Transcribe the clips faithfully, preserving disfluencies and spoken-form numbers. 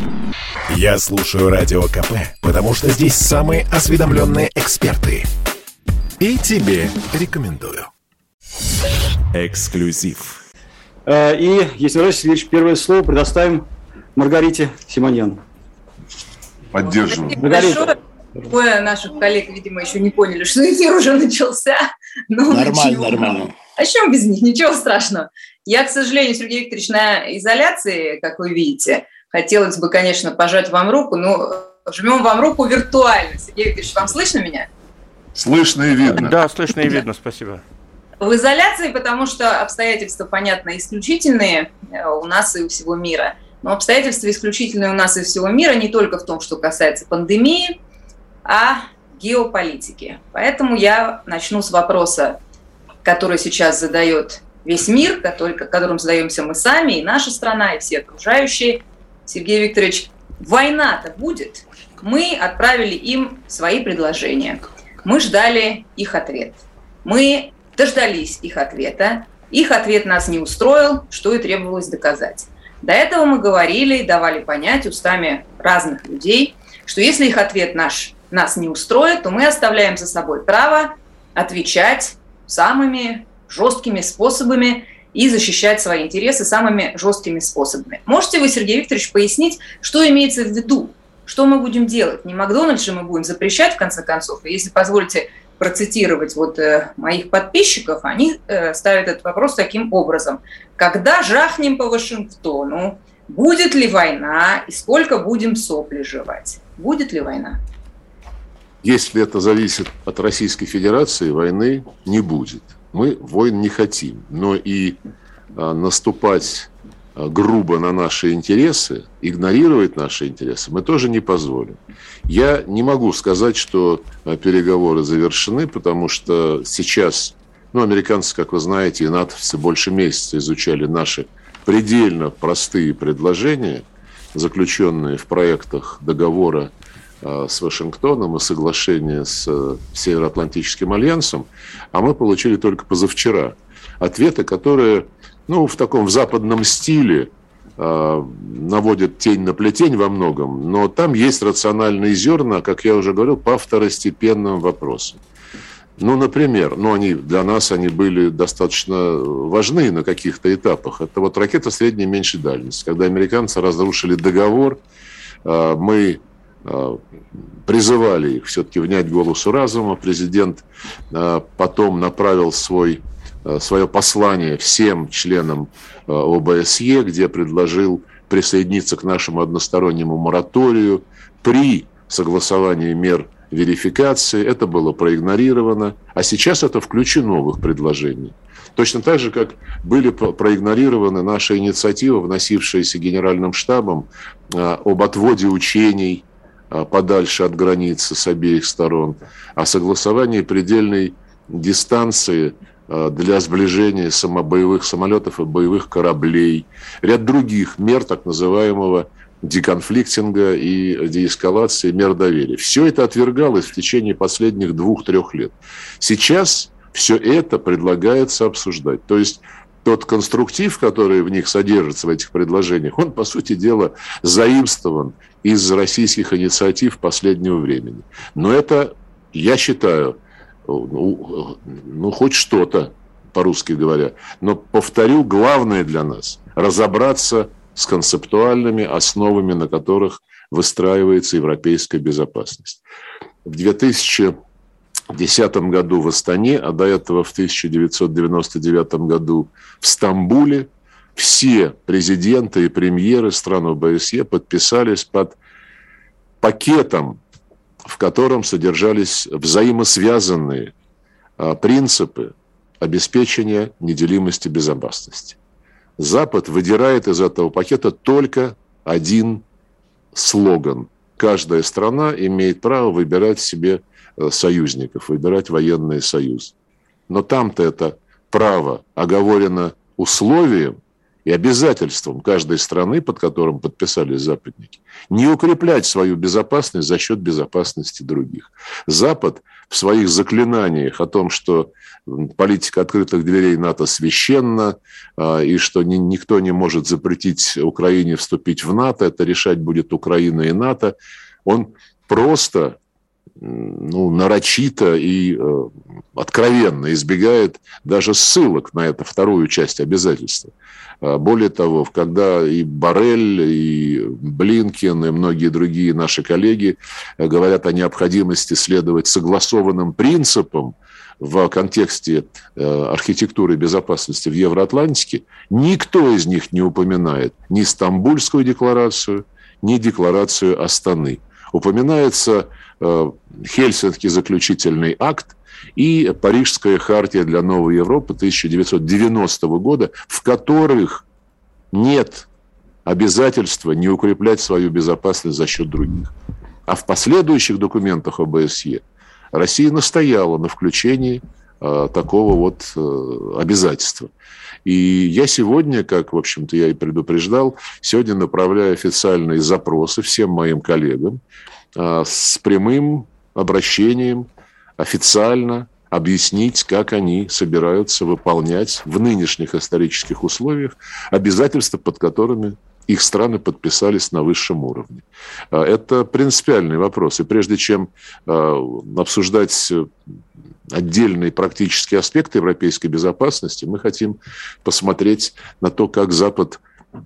Я слушаю Радио КП, потому что здесь самые осведомленные эксперты. И тебе рекомендую. Эксклюзив. И, если Владимир Сергеевич, первое слово предоставим Маргарите Симоньян. Поддерживаю. Маргарита. Двое наших коллег, видимо, еще не поняли, что эфир уже начался. Но нормально, ничего. нормально. А чем без них? Ничего страшного. Я, к сожалению, Сергей Викторович, на изоляции, как вы видите. Хотелось бы, конечно, пожать вам руку, но жмем вам руку виртуально. Сергей Викторович, вам слышно меня? Слышно и видно. Да, слышно и видно, спасибо. В изоляции, потому что обстоятельства, понятно, исключительные у нас и у всего мира. Но обстоятельства исключительные у нас и у всего мира не только в том, что касается пандемии, а геополитики. Поэтому я начну с вопроса, который сейчас задает весь мир, который, которым задаемся мы сами, и наша страна, и все окружающие. Сергей Викторович, война-то будет? Мы отправили им свои предложения. Мы ждали их ответ. Мы дождались их ответа. Их ответ нас не устроил, что и требовалось доказать. До этого мы говорили и давали понять устами разных людей, что если их ответ наш, нас не устроит, то мы оставляем за собой право отвечать самыми жесткими способами и защищать свои интересы самыми жесткими способами. Можете вы, Сергей Викторович, пояснить, что имеется в виду? Что мы будем делать? Не Макдональдс же мы будем запрещать, в конце концов. И если позволите процитировать вот, э, моих подписчиков, они э, ставят этот вопрос таким образом. Когда жахнем по Вашингтону, будет ли война и сколько будем сопли жевать? Будет ли война? Если это зависит от Российской Федерации, войны не будет. Мы войн не хотим, но и а, наступать а, грубо на наши интересы, игнорировать наши интересы мы тоже не позволим. Я не могу сказать, что а, переговоры завершены, потому что сейчас, ну, американцы, как вы знаете, и натовцы больше месяца изучали наши предельно простые предложения, заключенные в проектах договора с Вашингтоном и соглашение с Североатлантическим альянсом, а мы получили только позавчера ответы, которые, ну, в таком в западном стиле э, наводят тень на плетень во многом, но там есть рациональные зерна, как я уже говорил, по второстепенным вопросам. Ну, например, ну, они, для нас они были достаточно важны на каких-то этапах. Это вот ракета средней и меньшей дальности. Когда американцы разрушили договор, э, мы призывали их все-таки внять голосу разума. Президент потом направил свой, свое послание всем членам ОБСЕ, где предложил присоединиться к нашему одностороннему мораторию при согласовании мер верификации. Это было проигнорировано. А сейчас это включено в их предложение. Точно так же, как были проигнорированы наши инициативы, вносившиеся Генеральным штабом об отводе учений подальше от границы с обеих сторон, о согласовании предельной дистанции для сближения самобоевых самолетов и боевых кораблей, ряд других мер так называемого деконфликтинга и деэскалации, мер доверия. Все это отвергалось в течение последних двух-трех лет. Сейчас все это предлагается обсуждать. То есть тот конструктив, который в них содержится, в этих предложениях, он, по сути дела, заимствован из российских инициатив последнего времени. Но это, я считаю, ну, ну хоть что-то, по-русски говоря. Но, повторю, главное для нас – разобраться с концептуальными основами, на которых выстраивается европейская безопасность. В две тысячи десятом году в Астане, а до этого в тысяча девятьсот девяносто девятом году в Стамбуле все президенты и премьеры стран ОБСЕ подписались под пакетом, в котором содержались взаимосвязанные принципы обеспечения неделимости безопасности. Запад выдирает из этого пакета только один слоган. Каждая страна имеет право выбирать себе союзников, выбирать военный союз. Но там-то это право оговорено условием и обязательством каждой страны, под которым подписались западники, не укреплять свою безопасность за счет безопасности других. Запад в своих заклинаниях о том, что политика открытых дверей НАТО священна, и что ни, никто не может запретить Украине вступить в НАТО, это решать будет Украина и НАТО, он просто, ну, нарочито и э, откровенно избегает даже ссылок на эту вторую часть обязательства. Более того, когда и Боррель, и Блинкен, и многие другие наши коллеги говорят о необходимости следовать согласованным принципам в контексте архитектуры безопасности в Евроатлантике, никто из них не упоминает ни Стамбульскую декларацию, ни декларацию Астаны. Упоминается Хельсинкский заключительный акт и Парижская хартия для новой Европы тысяча девятьсот девяностого года, в которых нет обязательства не укреплять свою безопасность за счет других. А в последующих документах ОБСЕ Россия настояла на включении э, такого вот э, обязательства. И я сегодня, как, в общем-то, я и предупреждал, сегодня направляю официальные запросы всем моим коллегам э, с прямым обращением официально объяснить, как они собираются выполнять в нынешних исторических условиях обязательства, под которыми их страны подписались на высшем уровне. Это принципиальный вопрос. И прежде чем обсуждать отдельные практические аспекты европейской безопасности, мы хотим посмотреть на то, как Запад,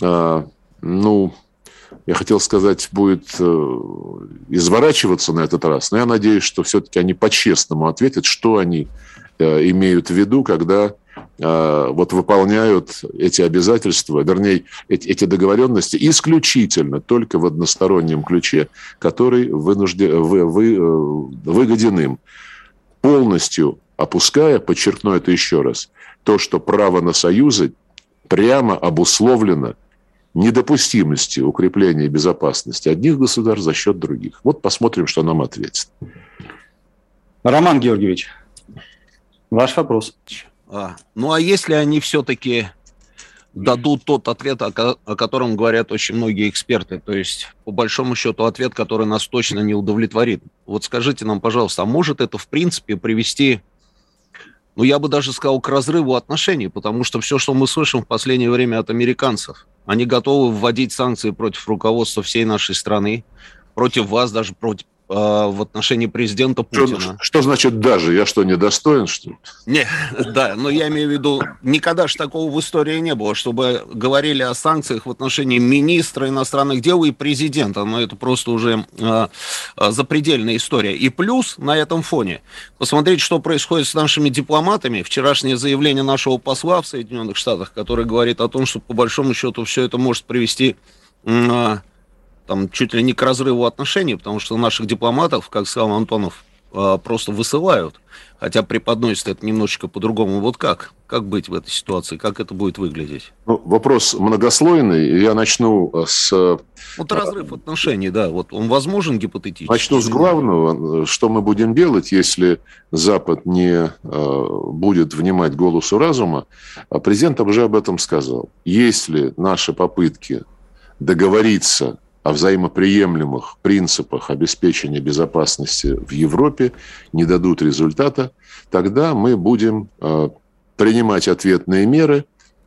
ну, я хотел сказать, будет изворачиваться на этот раз, но я надеюсь, что все-таки они по-честному ответят, что они имеют в виду, когда вот выполняют эти обязательства, вернее, эти, эти договоренности исключительно только в одностороннем ключе, который вынужден, вы, вы, выгоден им, полностью опуская, подчеркну это еще раз, то, что право на союзы прямо обусловлено недопустимостью укрепления безопасности одних государств за счет других. Вот посмотрим, что нам ответит. Роман Георгиевич, ваш вопрос. А, ну, а если они все-таки дадут тот ответ, о, о котором говорят очень многие эксперты, то есть, по большому счету, ответ, который нас точно не удовлетворит. Вот скажите нам, пожалуйста, а может это, в принципе, привести, ну, я бы даже сказал, к разрыву отношений, потому что все, что мы слышим в последнее время от американцев, они готовы вводить санкции против руководства всей нашей страны, против вас, даже против, э, в отношении президента Путина. Что, что значит даже? Я что, недостоин, что ли? Не, да, но я имею в виду, никогда же такого в истории не было, чтобы говорили о санкциях в отношении министра иностранных дел и президента. Но это просто уже э, запредельная история. И плюс на этом фоне посмотреть, что происходит с нашими дипломатами. Вчерашнее заявление нашего посла в Соединенных Штатах, который говорит о том, что по большому счету все это может привести э, там, чуть ли не к разрыву отношений, потому что наших дипломатов, как сказал Антонов, просто высылают, хотя преподносят это немножечко по-другому. Вот как? Как быть в этой ситуации? Как это будет выглядеть? Ну, вопрос многослойный. Я начну с... Вот разрыв отношений, да. Вот он возможен гипотетически? Начну с главного. Что мы будем делать, если Запад не будет внимать голосу разума? Президент уже об этом сказал. Если наши попытки договориться о взаимоприемлемых принципах обеспечения безопасности в Европе не дадут результата, тогда мы будем э, принимать ответные меры,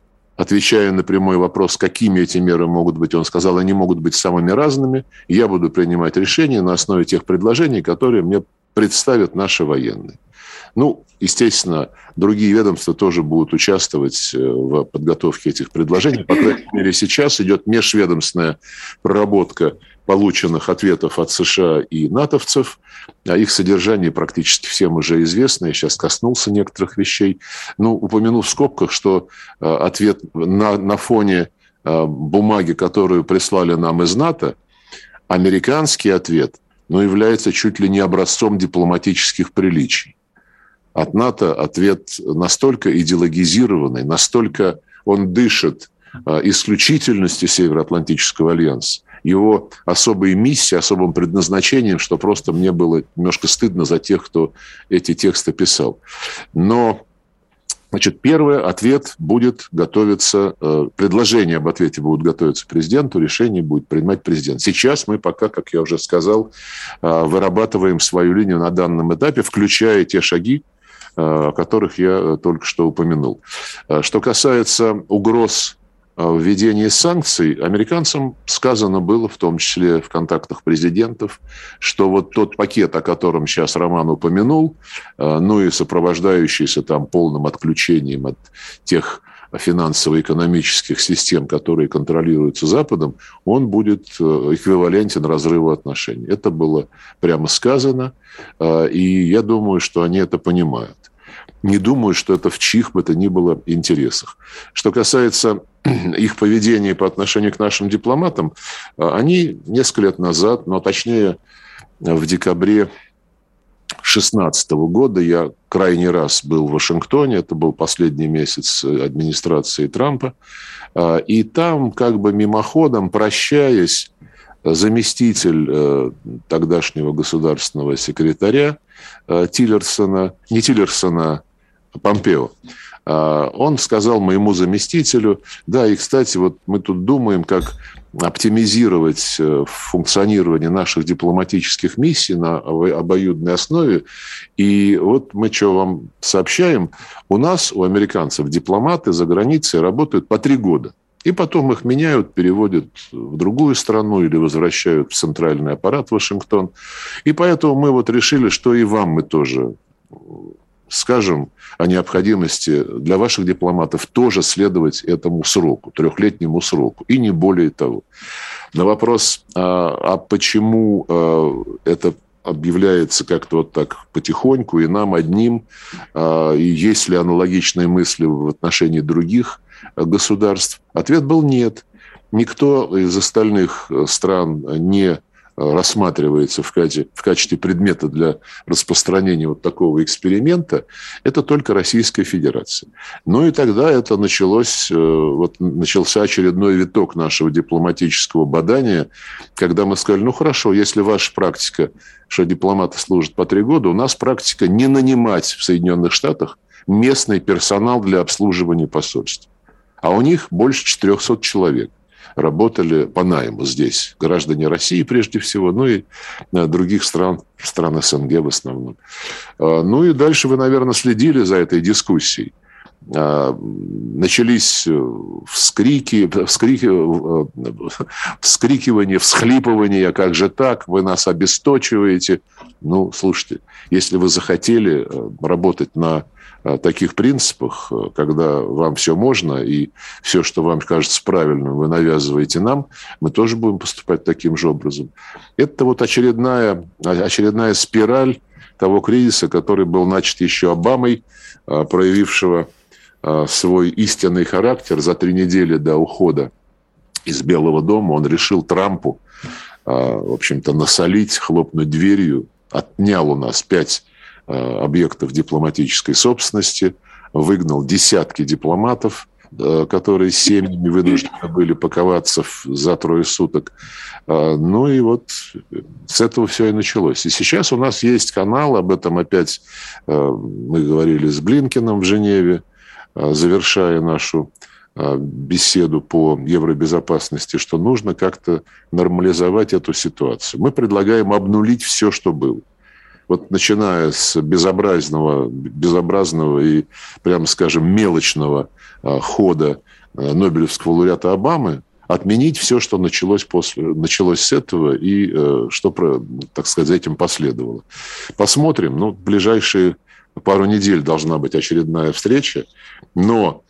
отвечая на прямой вопрос, какими эти меры могут быть. Он сказал, они могут быть самыми разными. Я буду принимать решения на основе тех предложений, которые мне представят наши военные. Ну, естественно, другие ведомства тоже будут участвовать в подготовке этих предложений. По крайней мере, сейчас идет межведомственная проработка полученных ответов от США и натовцев. О их содержании практически всем уже известно. Я сейчас коснулся некоторых вещей. Ну, упомяну в скобках, что ответ на, на фоне бумаги, которую прислали нам из НАТО, американский ответ, ну, является чуть ли не образцом дипломатических приличий. От НАТО ответ настолько идеологизированный, настолько он дышит исключительностью Североатлантического альянса, его особой миссией, особым предназначением, что просто мне было немножко стыдно за тех, кто эти тексты писал. Но Значит, первый ответ будет готовиться, предложение об ответе будет готовиться президенту, решение будет принимать президент. Сейчас мы пока, как я уже сказал, вырабатываем свою линию на данном этапе, включая те шаги, о которых я только что упомянул. Что касается угроз введения санкций, американцам сказано было, в том числе в контактах президентов, что вот тот пакет, о котором сейчас Роман упомянул, ну и сопровождающийся там полным отключением от тех финансово-экономических систем, которые контролируются Западом, он будет эквивалентен разрыву отношений. Это было прямо сказано, и я думаю, что они это понимают. Не думаю, что это в чьих бы то ни было интересах. Что касается их поведения по отношению к нашим дипломатам, они несколько лет назад, но точнее в декабре две тысячи шестнадцатого года я крайний раз был в Вашингтоне, это был последний месяц администрации Трампа, и там как бы мимоходом, прощаясь, заместитель тогдашнего государственного секретаря Тиллерсона, не Тиллерсона, Помпео, он сказал моему заместителю, да, и, кстати, вот мы тут думаем, как оптимизировать функционирование наших дипломатических миссий на обоюдной основе. И вот мы что вам сообщаем, у нас, у американцев, дипломаты за границей работают по три года. И потом их меняют, переводят в другую страну или возвращают в центральный аппарат Вашингтон. И поэтому мы вот решили, что и вам мы тоже скажем о необходимости для ваших дипломатов тоже следовать этому сроку, трехлетнему сроку, и не более того. На вопрос, а, а почему а, это объявляется как-то вот так потихоньку, и нам одним, а, и есть ли аналогичные мысли в отношении других государств, ответ был нет. Никто из остальных стран не рассматривается в качестве, в качестве предмета для распространения вот такого эксперимента, это только Российская Федерация. Ну и тогда это началось, вот начался очередной виток нашего дипломатического бадания, когда мы сказали, ну хорошо, если ваша практика, что дипломаты служат по три года, у нас практика не нанимать в Соединенных Штатах местный персонал для обслуживания посольств. А у них больше четырехсот человек работали по найму здесь. Граждане России прежде всего, ну и других стран, стран СНГ в основном. Ну и дальше вы, наверное, следили за этой дискуссией. Начались вскрики, вскрики, вскрикивания, всхлипывания, как же так, вы нас обесточиваете. Ну, слушайте, если вы захотели работать на таких принципах, когда вам все можно, и все, что вам кажется правильным, вы навязываете нам, мы тоже будем поступать таким же образом. Это вот очередная, очередная спираль того кризиса, который был начат еще Обамой, проявившего свой истинный характер. За три недели до ухода из Белого дома он решил Трампу, в общем-то, насолить, хлопнуть дверью, отнял у нас пять объектов дипломатической собственности, выгнал десятки дипломатов, которые с семьями вынуждены были паковаться за трое суток. Ну и вот с этого все и началось. И сейчас у нас есть канал, об этом опять мы говорили с Блинкеном в Женеве, завершая нашу беседу по евробезопасности, что нужно как-то нормализовать эту ситуацию. Мы предлагаем обнулить все, что было. Вот начиная с безобразного, безобразного и, прямо скажем, мелочного хода Нобелевского лауреата Обамы, отменить все, что началось, после, началось с этого и что, так сказать, за этим последовало. Посмотрим. Ну, в ближайшие пару недель должна быть очередная встреча, но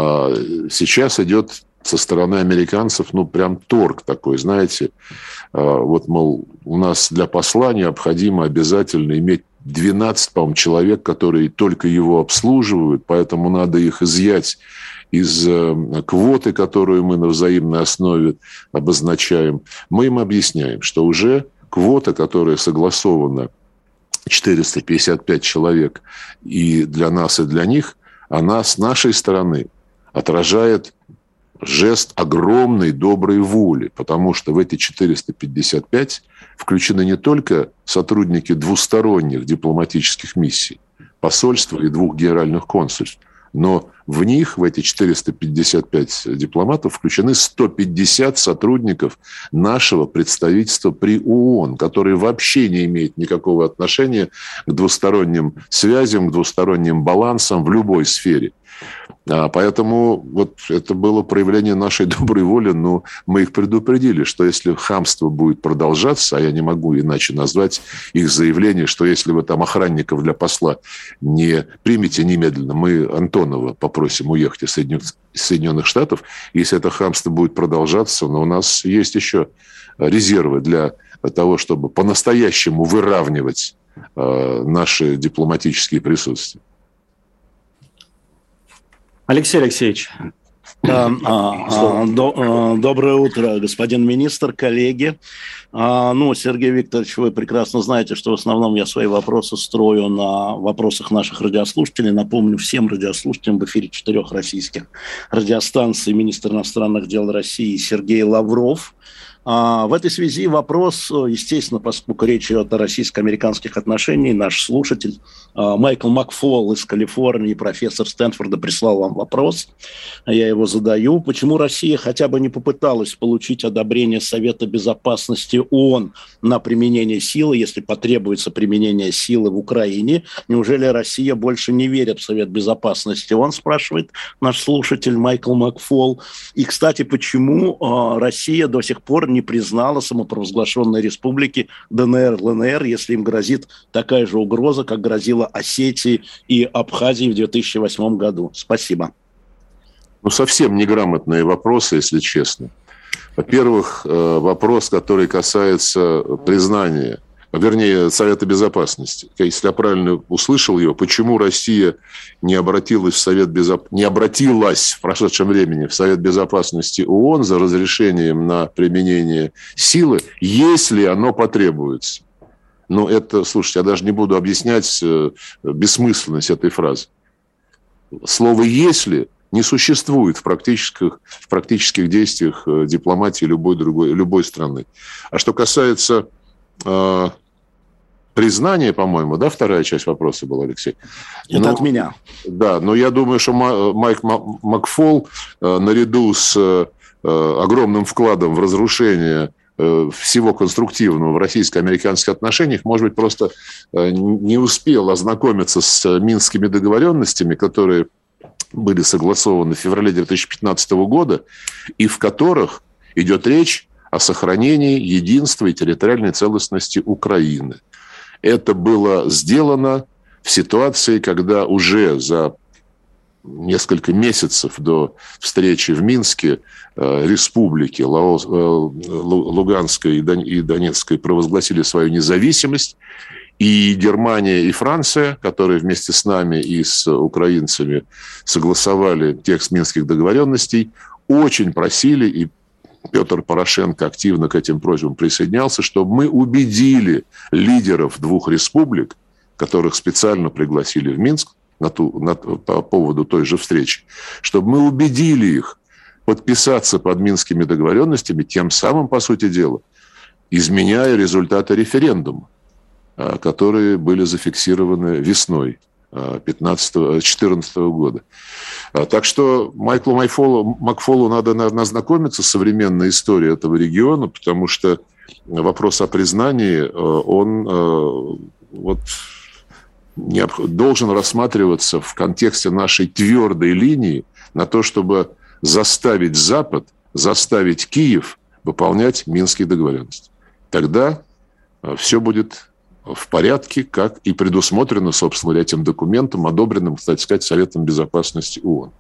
сейчас идет со стороны американцев, ну, прям торг такой, знаете, вот, мол, у нас для посла необходимо обязательно иметь двенадцать, по-моему, человек, которые только его обслуживают, поэтому надо их изъять из квоты, которую мы на взаимной основе обозначаем. Мы им объясняем, что уже квота, которая согласована, четыреста пятьдесят пять человек, и для нас, и для них, она с нашей стороны отражает жест огромной доброй воли, потому что в эти четыреста пятьдесят пять включены не только сотрудники двусторонних дипломатических миссий, посольства и двух генеральных консульств, Но в них, в эти четыреста пятьдесят пять дипломатов, включены сто пятьдесят сотрудников нашего представительства при ООН, которые вообще не имеют никакого отношения к двусторонним связям, к двусторонним балансам в любой сфере. Поэтому вот это было проявление нашей доброй воли, но мы их предупредили, что если хамство будет продолжаться, а я не могу иначе назвать их заявление, что если вы там охранников для посла не примете немедленно, мы Антонова попросим уехать из Соединенных Штатов, если это хамство будет продолжаться, но у нас есть еще резервы для того, чтобы по-настоящему выравнивать наши дипломатические присутствия. Алексей Алексеевич. Доброе утро, господин министр, коллеги. Ну, Сергей Викторович, вы прекрасно знаете, что в основном я свои вопросы строю на вопросах наших радиослушателей. Напомню всем радиослушателям в эфире четырех российских радиостанций министр иностранных дел России Сергей Лавров. В этой связи вопрос, естественно, поскольку речь идет о российско-американских отношениях, наш слушатель Майкл Макфол из Калифорнии, профессор Стэнфорда, прислал вам вопрос. Я его задаю. Почему Россия хотя бы не попыталась получить одобрение Совета Безопасности ООН на применение силы, если потребуется применение силы в Украине? Неужели Россия больше не верит в Совет Безопасности ООН, спрашивает наш слушатель Майкл Макфол. И, кстати, почему Россия до сих пор не признала самопровозглашенные республики ДНР, ЛНР, если им грозит такая же угроза, как грозила Осетии и Абхазии в две тысячи восьмом году? Спасибо. Ну, совсем неграмотные вопросы, если честно. Во-первых, вопрос, который касается признания, вернее, Совета Безопасности. Если я правильно услышал его, почему Россия не обратилась в Совет Безоп... не обратилась в прошедшем времени в Совет Безопасности ООН за разрешением на применение силы, если оно потребуется. Но это, слушайте, я даже не буду объяснять бессмысленность этой фразы. Слово «если» не существует в практических, в практических действиях дипломатии любой, другой, любой страны. А что касается э, признания, по-моему, да, вторая часть вопроса была, Алексей? Это ну, от меня. Да, но я думаю, что Майк Макфол э, наряду с э, огромным вкладом в разрушение всего конструктивного в российско-американских отношениях, может быть, просто не успел ознакомиться с минскими договоренностями, которые были согласованы в феврале две тысячи пятнадцатого года, и в которых идет речь о сохранении единства и территориальной целостности Украины. Это было сделано в ситуации, когда уже за несколько месяцев до встречи в Минске республики Луганской и Донецкой провозгласили свою независимость, и Германия и Франция, которые вместе с нами и с украинцами согласовали текст минских договоренностей, очень просили, и Петр Порошенко активно к этим просьбам присоединялся, чтобы мы убедили лидеров двух республик, которых специально пригласили в Минск на ту, на, по поводу той же встречи, чтобы мы убедили их подписаться под Минскими договоренностями, тем самым, по сути дела, изменяя результаты референдума, которые были зафиксированы весной две тысячи четырнадцатого года. Так что Майклу Макфолу, Макфолу надо, наверное, ознакомиться с современной историей этого региона, потому что вопрос о признании, он вот, должен рассматриваться в контексте нашей твердой линии на то, чтобы заставить Запад, заставить Киев выполнять Минские договоренности. Тогда все будет в порядке, как и предусмотрено, собственно, этим документом, одобренным, кстати сказать, Советом Безопасности ООН.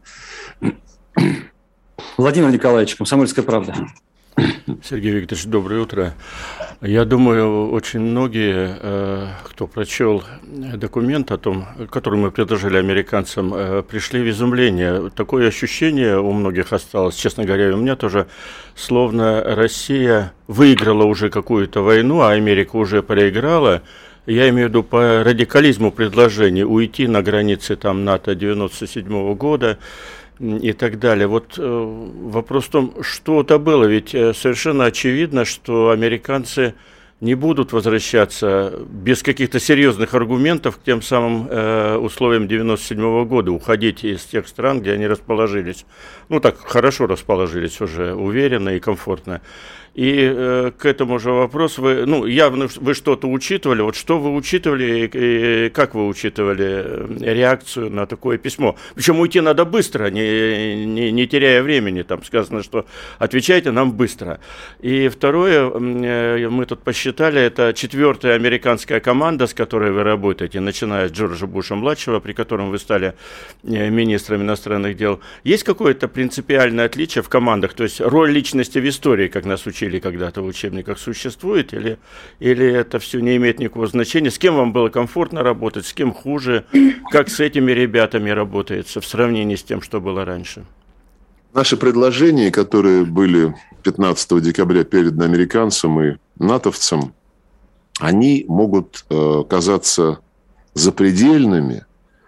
Владимир Николаевич, «Комсомольская правда». Сергей Викторович, доброе утро. Я думаю, очень многие, кто прочел документ, о том, который мы предложили американцам, пришли в изумление. Такое ощущение у многих осталось, честно говоря, и у меня тоже, словно Россия выиграла уже какую-то войну, а Америка уже проиграла. Я имею в виду по радикализму предложений уйти на границы там НАТО девяносто седьмого года, и так далее. Вот э, вопрос в том, что это было, ведь э, совершенно очевидно, что американцы не будут возвращаться без каких-то серьезных аргументов к тем самым э, условиям девяносто седьмого года, уходить из тех стран, где они расположились. Ну, так хорошо расположились уже, уверенно и комфортно. И э, к этому же вопросу, вы, ну, явно вы что-то учитывали. Вот что вы учитывали и, и как вы учитывали реакцию на такое письмо? Причем уйти надо быстро, не, не, не теряя времени. Там сказано, что отвечайте нам быстро. И второе, э, мы тут посчитали, это четвертая американская команда, с которой вы работаете, начиная с Джорджа Буша-младшего, при котором вы стали э, министром иностранных дел. Есть какое-то принципиальное отличие в командах? То есть роль личности в истории, как нас учили когда-то в учебниках, существует, или, или это все не имеет никакого значения? С кем вам было комфортно работать, с кем хуже? Как с этими ребятами работается в сравнении с тем, что было раньше? Наши предложения, которые были пятнадцатого декабря переданы американцам и натовцам, они могут э, казаться запредельными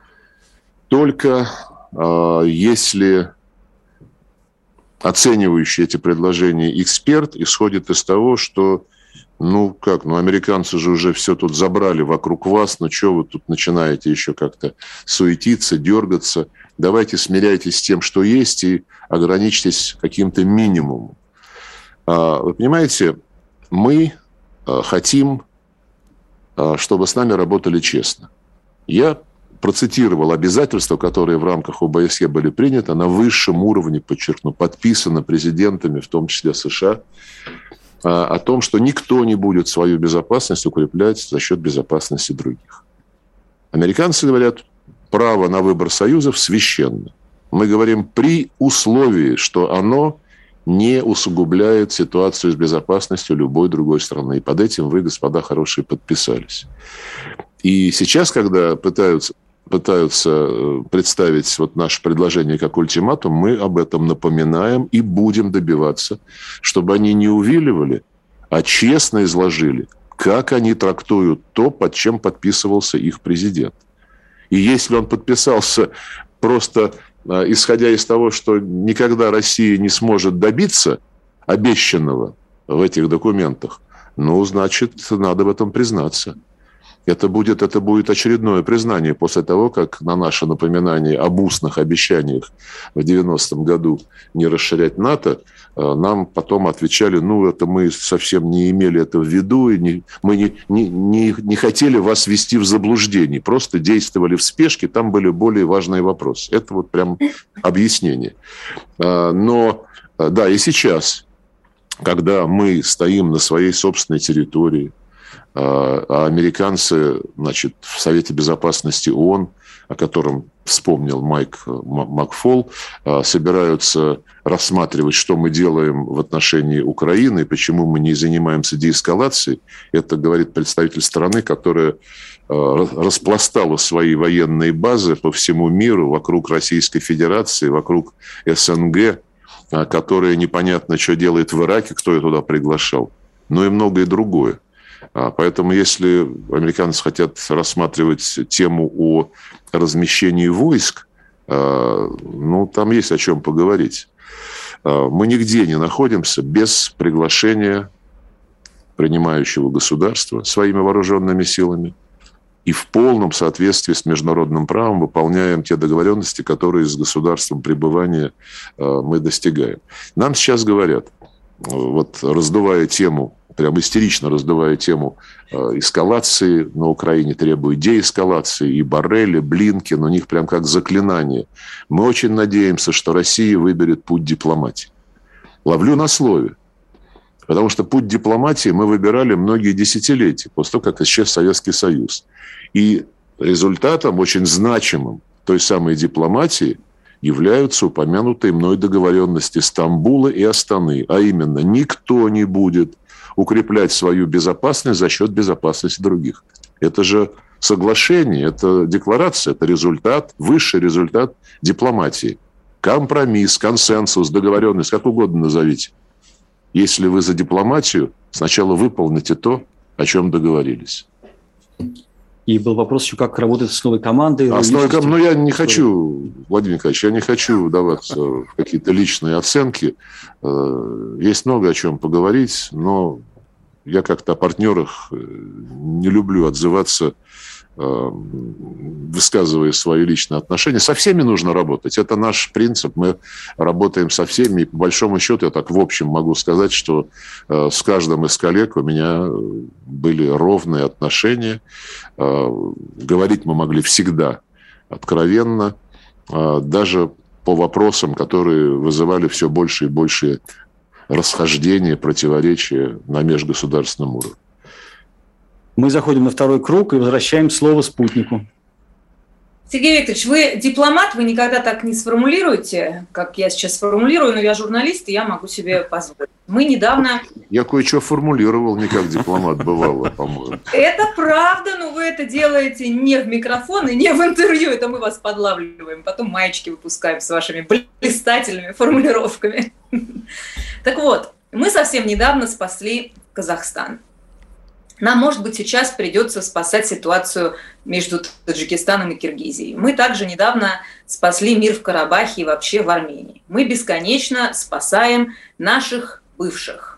только э, если оценивающий эти предложения эксперт исходит из того, что, ну как, ну американцы же уже все тут забрали вокруг вас, ну что вы тут начинаете еще как-то суетиться, дергаться, давайте смиряйтесь с тем, что есть, и ограничьтесь каким-то минимумом. Вы понимаете, мы хотим, чтобы с нами работали честно. Я процитировал обязательства, которые в рамках ОБСЕ были приняты на высшем уровне, подчеркну, подписаны президентами, в том числе США, о том, что никто не будет свою безопасность укреплять за счет безопасности других. Американцы говорят, право на выбор союзов священно. Мы говорим при условии, что оно не усугубляет ситуацию с безопасностью любой другой страны. И под этим вы, господа хорошие, подписались. И сейчас, когда пытаются пытаются представить вот наше предложение как ультиматум, мы об этом напоминаем и будем добиваться, чтобы они не увиливали, а честно изложили, как они трактуют то, под чем подписывался их президент. И если он подписался просто исходя из того, что никогда Россия не сможет добиться обещанного в этих документах, ну, значит, надо в этом признаться. Это будет, это будет очередное признание после того, как на наше напоминание об устных обещаниях в девяностом году не расширять НАТО, нам потом отвечали, ну, это мы совсем не имели это в виду, и не, мы не, не, не, не хотели вас ввести в заблуждение, просто действовали в спешке, там были более важные вопросы. Это вот прям объяснение. Но, да, и сейчас, когда мы стоим на своей собственной территории, а американцы, значит, в Совете Безопасности ООН, о котором вспомнил Майк Макфол, собираются рассматривать, что мы делаем в отношении Украины, почему мы не занимаемся деэскалацией. Это говорит представитель страны, которая распластала свои военные базы по всему миру, вокруг Российской Федерации, вокруг СНГ, которая непонятно, что делает в Ираке, кто ее туда приглашал, но и многое другое. Поэтому, если американцы хотят рассматривать тему о размещении войск, ну, там есть о чем поговорить. Мы нигде не находимся без приглашения принимающего государства своими вооруженными силами и в полном соответствии с международным правом выполняем те договоренности, которые с государством пребывания мы достигаем. Нам сейчас говорят, вот раздувая тему, прям истерично раздувая тему э, эскалации на Украине, требуя деэскалации, и Боррель, и Блинкен, у них прям как заклинание. Мы очень надеемся, что Россия выберет путь дипломатии. Ловлю на слове. Потому что путь дипломатии мы выбирали многие десятилетия, после того, как исчез Советский Союз. И результатом очень значимым той самой дипломатии являются упомянутые мной договоренности Стамбула и Астаны. А именно, никто не будет укреплять свою безопасность за счет безопасности других. Это же соглашение, это декларация, это результат, высший результат дипломатии. Компромисс, консенсус, договоренность, как угодно назовите. Если вы за дипломатию, сначала выполните то, о чем договорились. И был вопрос еще, как работать с новой командой. А с новой командой, ну, я не хочу, Владимир Николаевич, я не хочу вдаваться в какие-то личные оценки. Есть много о чем поговорить, но я как-то о партнерах не люблю отзываться, высказывая свои личные отношения. Со всеми нужно работать. Это наш принцип. Мы работаем со всеми. И по большому счету, я так в общем могу сказать, что с каждым из коллег у меня были ровные отношения. Говорить мы могли всегда откровенно, даже по вопросам, которые вызывали все больше и больше расхождения, противоречия на межгосударственном уровне. Мы заходим на второй круг и возвращаем слово спутнику. Сергей Викторович, вы дипломат, вы никогда так не сформулируете, как я сейчас сформулирую, но я журналист, и я могу себе позволить. Мы недавно... Я кое-что формулировал, не как дипломат бывало, по-моему. Это правда, но вы это делаете не в микрофон и не в интервью, это мы вас подлавливаем, потом маечки выпускаем с вашими блистательными формулировками. Так вот, мы совсем недавно спасли Казахстан. Нам, может быть, сейчас придется спасать ситуацию между Таджикистаном и Киргизией. Мы также недавно спасли мир в Карабахе и вообще в Армении. Мы бесконечно спасаем наших бывших.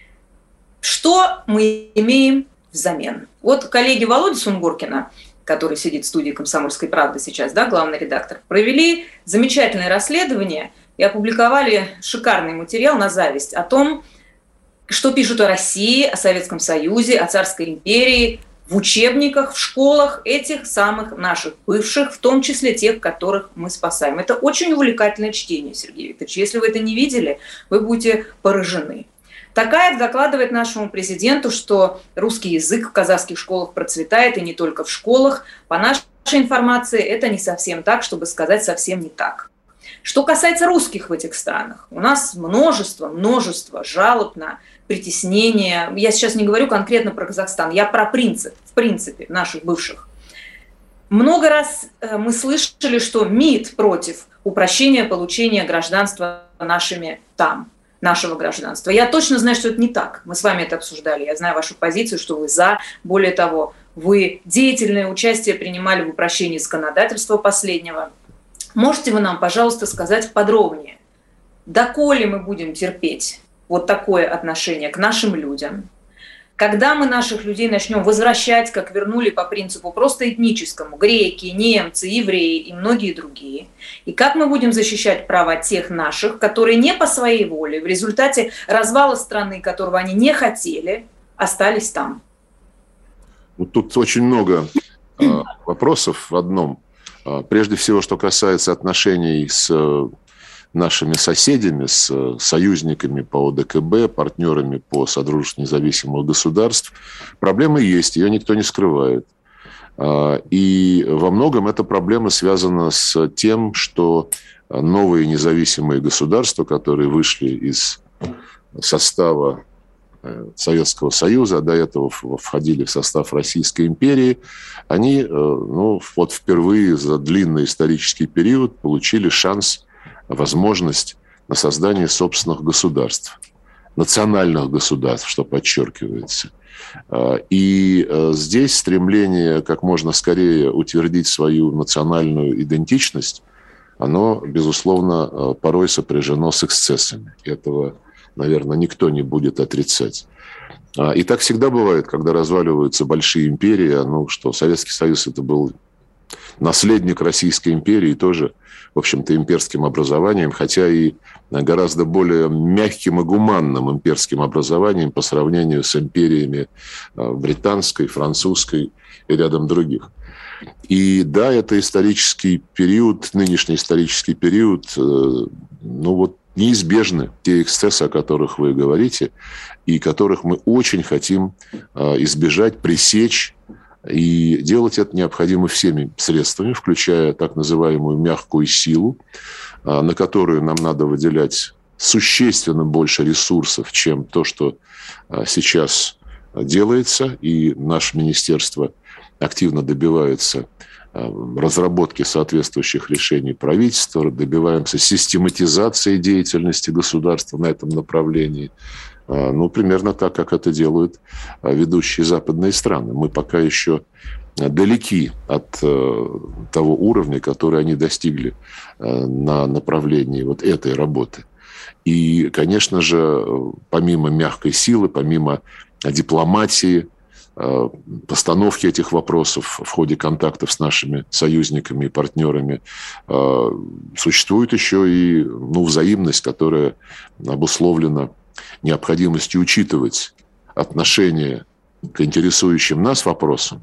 Что мы имеем взамен? Вот коллеги Володи Сунгоркина, который сидит в студии «Комсомольской правды» сейчас, да, главный редактор, провели замечательное расследование и опубликовали шикарный материал на зависть о том, что пишут о России, о Советском Союзе, о Царской империи в учебниках, в школах этих самых наших бывших, в том числе тех, которых мы спасаем. Это очень увлекательное чтение, Сергей Викторович. Если вы это не видели, вы будете поражены. Такаев докладывает нашему президенту, что русский язык в казахских школах процветает, и не только в школах. По нашей информации, это не совсем так, чтобы сказать совсем не так. Что касается русских в этих странах, у нас множество, множество жалоб на притеснение. Я сейчас не говорю конкретно про Казахстан, я про принцип, в принципе, наших бывших. Много раз мы слышали, что МИД против упрощения получения гражданства нашими там, нашего гражданства. Я точно знаю, что это не так. Мы с вами это обсуждали. Я знаю вашу позицию, что вы за. Более того, вы деятельное участие принимали в упрощении законодательства последнего. Можете вы нам, пожалуйста, сказать подробнее, доколе мы будем терпеть вот такое отношение к нашим людям? Когда мы наших людей начнем возвращать, как вернули по принципу просто этническому, греки, немцы, евреи и многие другие? И как мы будем защищать права тех наших, которые не по своей воле, в результате развала страны, которого они не хотели, остались там? Вот тут очень много э, вопросов в одном. Прежде всего, что касается отношений с нашими соседями, с союзниками по О Дэ Ка Бэ, партнерами по Содружеству независимых государств, проблема есть, ее никто не скрывает. И во многом эта проблема связана с тем, что новые независимые государства, которые вышли из состава Советского Союза, а до этого входили в состав Российской империи, они, ну, вот впервые за длинный исторический период получили шанс, возможность на создание собственных государств, национальных государств, что подчеркивается. И здесь стремление как можно скорее утвердить свою национальную идентичность, оно, безусловно, порой сопряжено с эксцессами. Этого, наверное, никто не будет отрицать. И так всегда бывает, когда разваливаются большие империи. Ну что, Советский Союз – это был наследник Российской империи, тоже, в общем-то, имперским образованием, хотя и гораздо более мягким и гуманным имперским образованием по сравнению с империями британской, французской и рядом других. И да, это исторический период, нынешний исторический период, ну вот, неизбежны те эксцессы, о которых вы говорите, и которых мы очень хотим избежать, пресечь. И делать это необходимо всеми средствами, включая так называемую мягкую силу, на которую нам надо выделять существенно больше ресурсов, чем то, что сейчас делается. И наше министерство активно добивается разработки соответствующих решений правительства, добиваемся систематизации деятельности государства на этом направлении. Ну, примерно так, как это делают ведущие западные страны. Мы пока еще далеки от того уровня, который они достигли на направлении вот этой работы. И, конечно же, помимо мягкой силы, помимо дипломатии, постановки этих вопросов в ходе контактов с нашими союзниками и партнерами. Существует еще и ну, взаимность, которая обусловлена необходимостью учитывать отношение к интересующим нас вопросам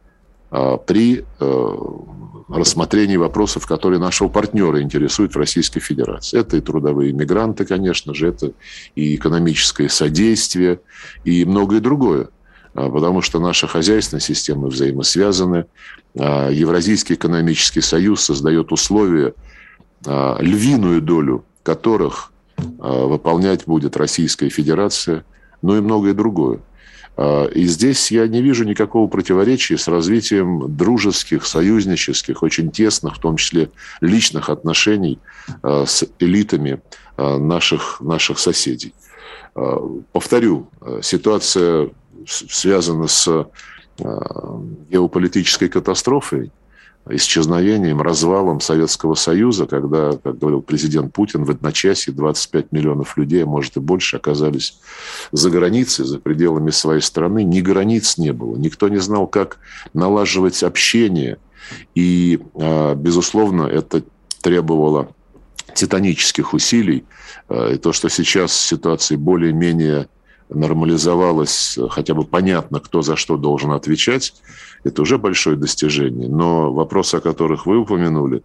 при рассмотрении вопросов, которые нашего партнера интересуют в Российской Федерации. Это и трудовые мигранты, конечно же, это и экономическое содействие, и многое другое. Потому что наша хозяйственная система взаимосвязаны. Евразийский экономический союз создает условия, львиную долю которых выполнять будет Российская Федерация, ну и многое другое. И здесь я не вижу никакого противоречия с развитием дружеских, союзнических, очень тесных, в том числе личных отношений с элитами наших, наших соседей. Повторю, ситуация связана с геополитической катастрофой, исчезновением, развалом Советского Союза, когда, как говорил президент Путин, в одночасье двадцать пять миллионов людей, а может и больше, оказались за границей, за пределами своей страны. Ни границ не было, никто не знал, как налаживать общение. И, безусловно, это требовало титанических усилий. И то, что сейчас ситуация более-менее нормализовалась, хотя бы понятно, кто за что должен отвечать, это уже большое достижение. Но вопросы, о которых вы упомянули,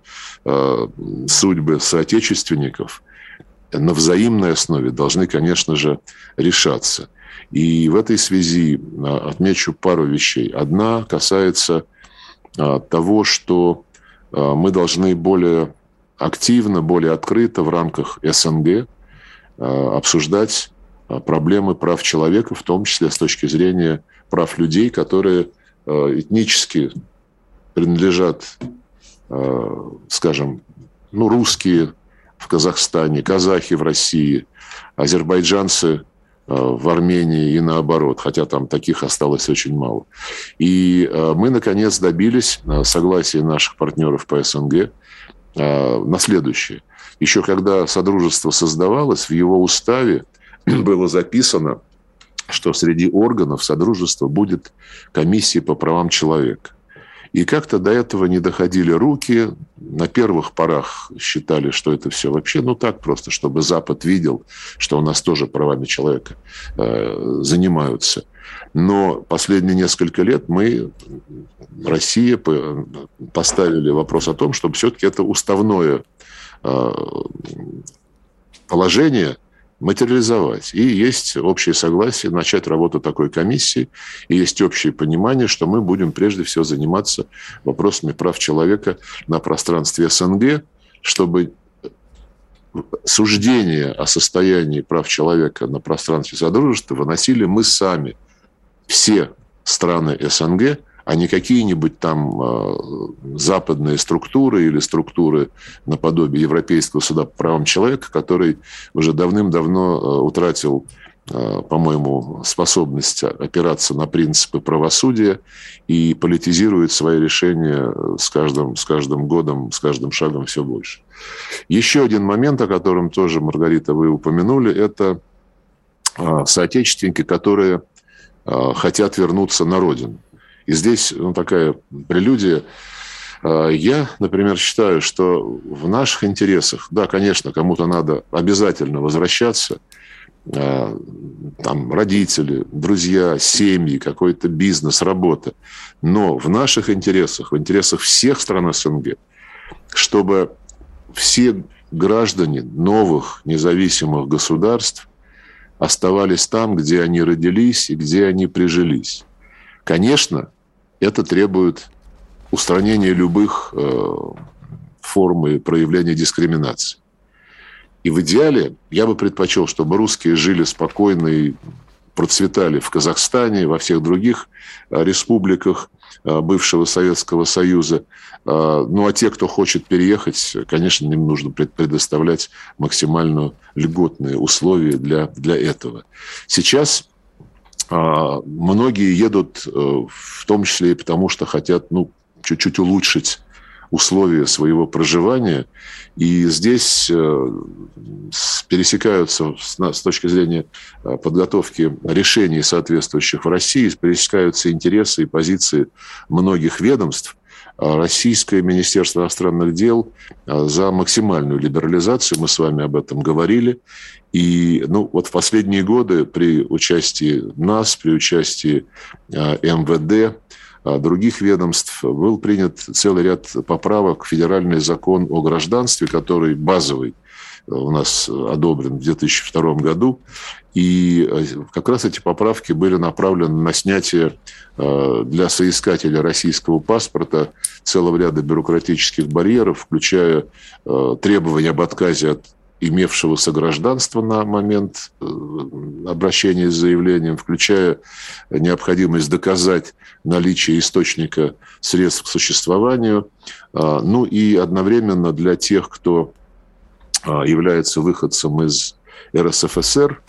судьбы соотечественников на взаимной основе должны, конечно же, решаться. И в этой связи отмечу пару вещей. Одна касается того, что мы должны более активно, более открыто в рамках СНГ обсуждать проблемы прав человека, в том числе с точки зрения прав людей, которые этнически принадлежат, скажем, ну, русские в Казахстане, казахи в России, азербайджанцы в Армении и наоборот, хотя там таких осталось очень мало. И мы, наконец, добились согласия наших партнеров по СНГ на следующее. Еще когда Содружество создавалось, в его уставе было записано, что среди органов Содружества будет комиссия по правам человека. И как-то до этого не доходили руки. На первых порах считали, что это все вообще, ну так просто, чтобы Запад видел, что у нас тоже правами человека э, занимаются. Но последние несколько лет мы, Россия, поставили вопрос о том, чтобы все-таки это уставное э, положение материализовать. И есть общее согласие начать работу такой комиссии, и есть общее понимание, что мы будем прежде всего заниматься вопросами прав человека на пространстве СНГ, чтобы суждение о состоянии прав человека на пространстве Содружества выносили мы сами, все страны СНГ, а не какие-нибудь там э, западные структуры или структуры наподобие Европейского суда по правам человека, который уже давным-давно э, утратил, э, по-моему, способность опираться на принципы правосудия и политизирует свои решения с каждым, с каждым годом, с каждым шагом все больше. Еще один момент, о котором тоже, Маргарита, вы упомянули, это э, соотечественники, которые э, хотят вернуться на родину. И здесь ну, такая прелюдия. Я, например, считаю, что в наших интересах, да, конечно, кому-то надо обязательно возвращаться, там родители, друзья, семьи, какой-то бизнес, работа. Но в наших интересах, в интересах всех стран СНГ, чтобы все граждане новых независимых государств оставались там, где они родились и где они прижились. Конечно, это требует устранения любых э, форм и проявления дискриминации. И в идеале я бы предпочел, чтобы русские жили спокойно и процветали в Казахстане, во всех других э, республиках э, бывшего Советского Союза. Э, ну, а те, кто хочет переехать, конечно, им нужно предоставлять максимально льготные условия для, для этого. Сейчас многие едут в том числе и потому, что хотят ну, чуть-чуть улучшить условия своего проживания. И здесь пересекаются с точки зрения подготовки решений, соответствующих в России, пересекаются интересы и позиции многих ведомств. Российское Министерство иностранных дел за максимальную либерализацию, мы с вами об этом говорили. И ну, вот в последние годы при участии нас, при участии эм вэ дэ, других ведомств был принят целый ряд поправок в федеральный закон о гражданстве, который базовый у нас одобрен в две тысячи втором году. И как раз эти поправки были направлены на снятие для соискателя российского паспорта целого ряда бюрократических барьеров, включая требования об отказе от имевшего согражданство на момент обращения с заявлением, включая необходимость доказать наличие источника средств к существованию. Ну и одновременно для тех, кто является выходцем из эр эс эф эс эр,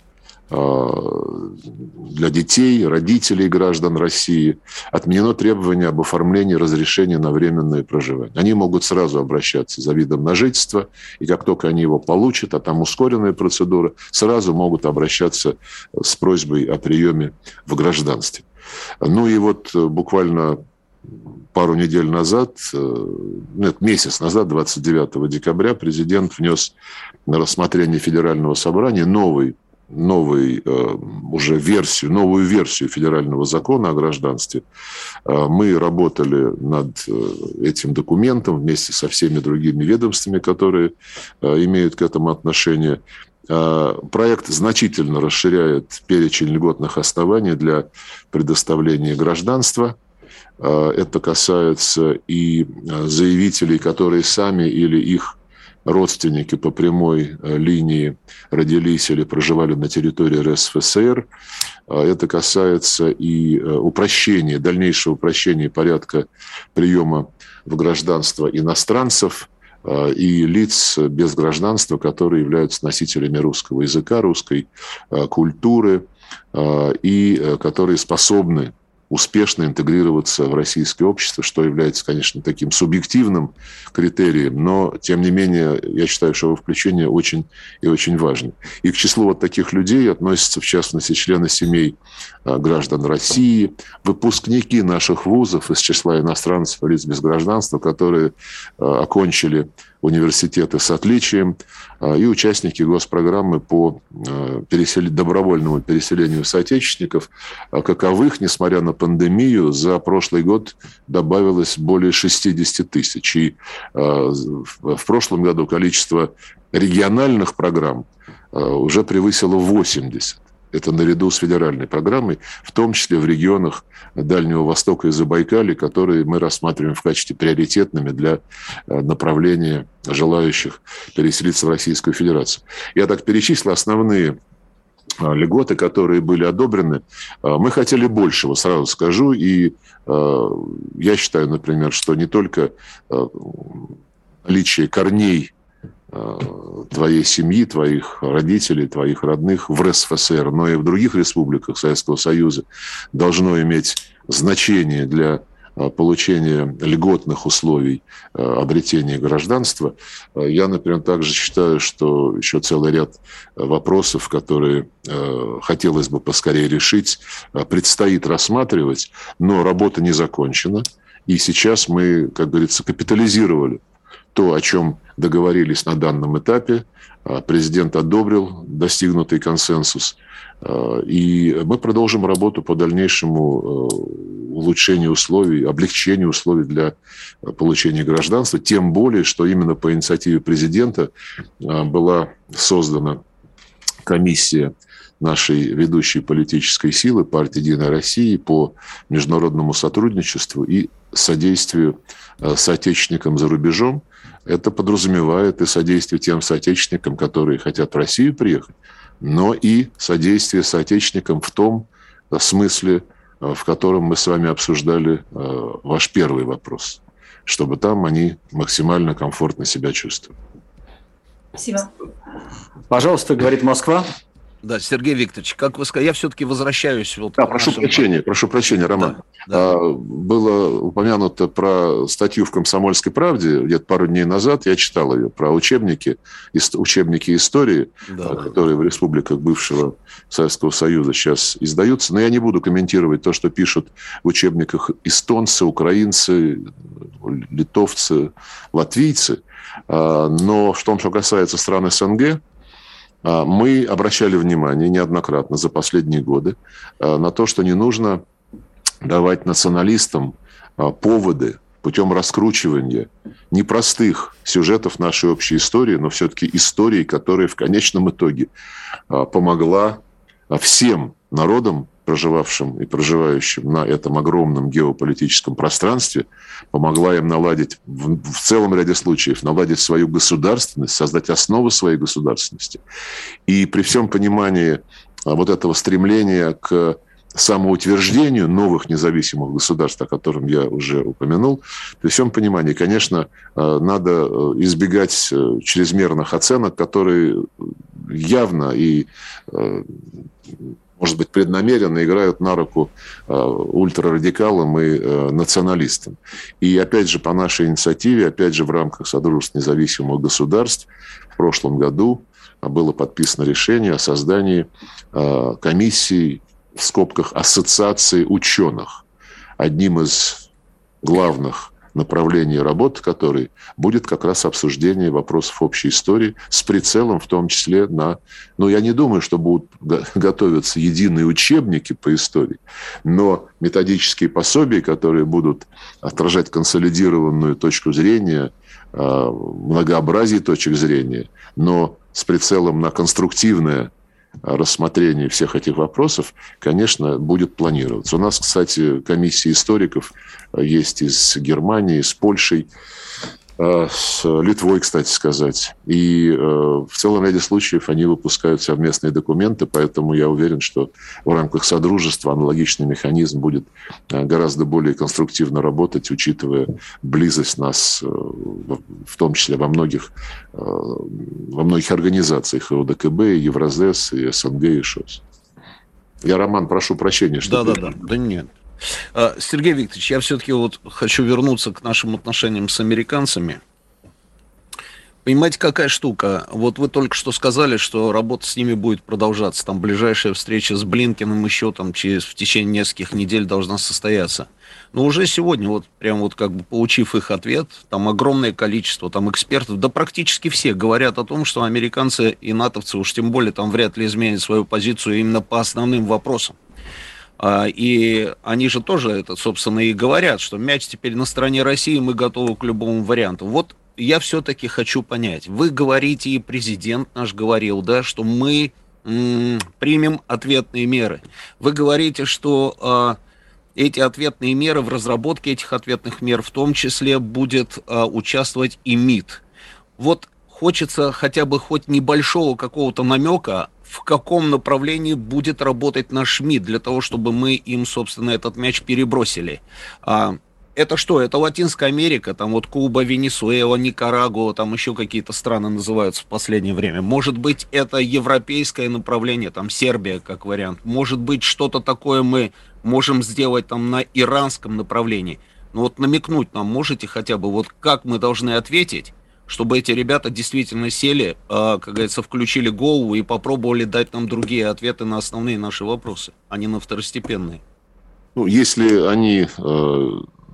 для детей, родителей граждан России отменено требование об оформлении разрешения на временное проживание. Они могут сразу обращаться за видом на жительство, и как только они его получат, а там ускоренная процедура, сразу могут обращаться с просьбой о приеме в гражданстве. Ну и вот буквально пару недель назад, нет, месяц назад, двадцать девятого декабря, президент внес на рассмотрение Федерального собрания новый новый, уже версию, новую версию федерального закона о гражданстве. Мы работали над этим документом вместе со всеми другими ведомствами, которые имеют к этому отношение. Проект значительно расширяет перечень льготных оснований для предоставления гражданства. Это касается и заявителей, которые сами или их родственники по прямой линии родились или проживали на территории эр эс эф эс эр. Это касается и упрощения, дальнейшего упрощения порядка приема в гражданство иностранцев и лиц без гражданства, которые являются носителями русского языка, русской культуры и которые способны успешно интегрироваться в российское общество, что является, конечно, таким субъективным критерием, но, тем не менее, я считаю, что его включение очень и очень важно. И к числу вот таких людей относятся, в частности, члены семей граждан России, выпускники наших вузов из числа иностранцев и лиц без гражданства, которые окончили университеты с отличием, и участники госпрограммы по пересел... добровольному переселению соотечественников, каковых, несмотря на пандемию, за прошлый год добавилось более шестьдесят тысяч. И в прошлом году количество региональных программ уже превысило восемьдесят. Это наряду с федеральной программой, в том числе в регионах Дальнего Востока и Забайкалья, которые мы рассматриваем в качестве приоритетными для направления желающих переселиться в Российскую Федерацию. Я так перечислил основные льготы, которые были одобрены. Мы хотели большего, сразу скажу, и я считаю, например, что не только наличие корней твоей семьи, твоих родителей, твоих родных в эр эс эф эс эр, но и в других республиках Советского Союза должно иметь значение для получения льготных условий обретения гражданства. Я, например, также считаю, что еще целый ряд вопросов, которые хотелось бы поскорее решить, предстоит рассматривать, но работа не закончена. И сейчас мы, как говорится, капитализировали то, о чем договорились на данном этапе. Президент одобрил достигнутый консенсус. И мы продолжим работу по дальнейшему улучшению условий, облегчению условий для получения гражданства. Тем более, что именно по инициативе президента была создана комиссия нашей ведущей политической силы, партии «Единая Россия», по международному сотрудничеству и содействию соотечественникам за рубежом. Это подразумевает и содействие тем соотечественникам, которые хотят в Россию приехать, но и содействие соотечественникам в том смысле, в котором мы с вами обсуждали ваш первый вопрос, чтобы там они максимально комфортно себя чувствовали. Спасибо. Пожалуйста, говорит Москва. Да, Сергей Викторович, как вы сказали, я все-таки возвращаюсь. Вот да, прошу нашим... прощения, прошу прощения, Роман. Да, да. Было упомянуто про статью в «Комсомольской правде» где-то пару дней назад. Я читал ее про учебники, учебники истории, да, которые в республиках бывшего Советского Союза сейчас издаются. Но я не буду комментировать то, что пишут в учебниках эстонцы, украинцы, литовцы, латвийцы. Но в том, что касается стран СНГ, мы обращали внимание неоднократно за последние годы на то, что не нужно давать националистам поводы путем раскручивания непростых сюжетов нашей общей истории, но все-таки истории, которая в конечном итоге помогла всем народам, проживавшим и проживающим на этом огромном геополитическом пространстве, помогла им наладить, в, в целом ряде случаев, наладить свою государственность, создать основы своей государственности. И при всем понимании вот этого стремления к самоутверждению новых независимых государств, о котором я уже упомянул, при всем понимании, конечно, надо избегать чрезмерных оценок, которые явно и, может быть, преднамеренно играют на руку э, ультрарадикалам и э, националистам. И опять же, по нашей инициативе, опять же, в рамках Содружества независимых государств в прошлом году было подписано решение о создании э, комиссии, в скобках, ассоциации ученых. Одним из главных направлений работы которой будет как раз обсуждение вопросов общей истории с прицелом в том числе на... Ну, я не думаю, что будут готовиться единые учебники по истории, но методические пособия, которые будут отражать консолидированную точку зрения, многообразие точек зрения, но с прицелом на конструктивное рассмотрение всех этих вопросов, конечно, будет планироваться. У нас, кстати, комиссия историков есть из Германии, с Польшей, с Литвой, кстати сказать. И в целом ряде случаев они выпускают совместные документы, поэтому я уверен, что в рамках Содружества аналогичный механизм будет гораздо более конструктивно работать, учитывая близость нас, в том числе во многих, во многих организациях, и ОДКБ, и Евразес, и СНГ, и ШОС. Я, Роман, прошу прощения. Что да, да, да, да нет. Сергей Викторович, я все-таки вот хочу вернуться к нашим отношениям с американцами. Понимаете, какая штука? Вот вы только что сказали, что работа с ними будет продолжаться. Там ближайшая встреча с Блинкеном еще там через в течение нескольких недель должна состояться. Но уже сегодня, вот прям вот как бы получив их ответ, там огромное количество там экспертов, да практически все говорят о том, что американцы и натовцы уж тем более там вряд ли изменят свою позицию именно по основным вопросам. И они же тоже это, собственно, и говорят, что мяч теперь на стороне России, мы готовы к любому варианту. Вот я все-таки хочу понять. Вы говорите, и президент наш говорил, да, что мы м- примем ответные меры. Вы говорите, что э, эти ответные меры, в разработке этих ответных мер в том числе будет э, участвовать и МИД. Вот хочется хотя бы хоть небольшого какого-то намека, в каком направлении будет работать наш МИД, для того, чтобы мы им, собственно, этот мяч перебросили. А, это что? Это Латинская Америка, там вот Куба, Венесуэла, Никарагуа, там еще какие-то страны называются в последнее время. Может быть, это европейское направление, там Сербия как вариант. Может быть, что-то такое мы можем сделать там на иранском направлении. Но вот намекнуть нам можете хотя бы, вот как мы должны ответить, чтобы эти ребята действительно сели, как говорится, включили голову и попробовали дать нам другие ответы на основные наши вопросы, а не на второстепенные. Ну, если они э,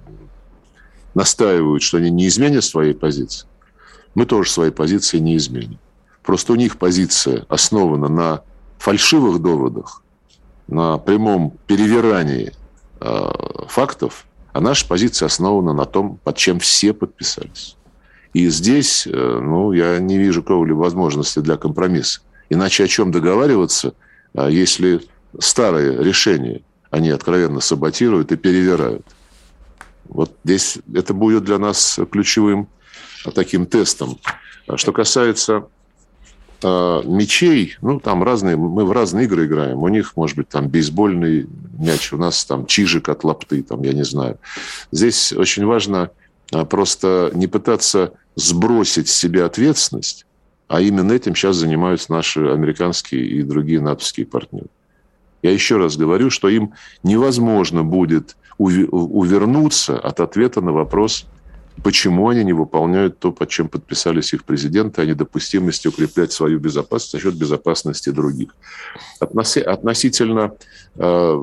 настаивают, что они не изменят своей позиции, мы тоже своей позиции не изменим. Просто у них позиция основана на фальшивых доводах, на прямом перевирании э, фактов, а наша позиция основана на том, под чем все подписались. И здесь, ну, я не вижу какой-либо возможности для компромисса. Иначе о чем договариваться, если старые решения они откровенно саботируют и перевирают. Вот здесь это будет для нас ключевым таким тестом. Что касается э, мячей, ну, там разные, мы в разные игры играем. У них, может быть, там бейсбольный мяч, у нас там чижик от лапты, там, я не знаю. Здесь очень важно просто не пытаться сбросить с себя ответственность А именно этим сейчас занимаются наши американские и другие натовские партнеры. Я еще раз говорю, что им невозможно будет увернуться от ответа на вопрос, почему они не выполняют то, под чем подписались их президенты, о недопустимости укреплять свою безопасность за счет безопасности других. Относи- относительно э,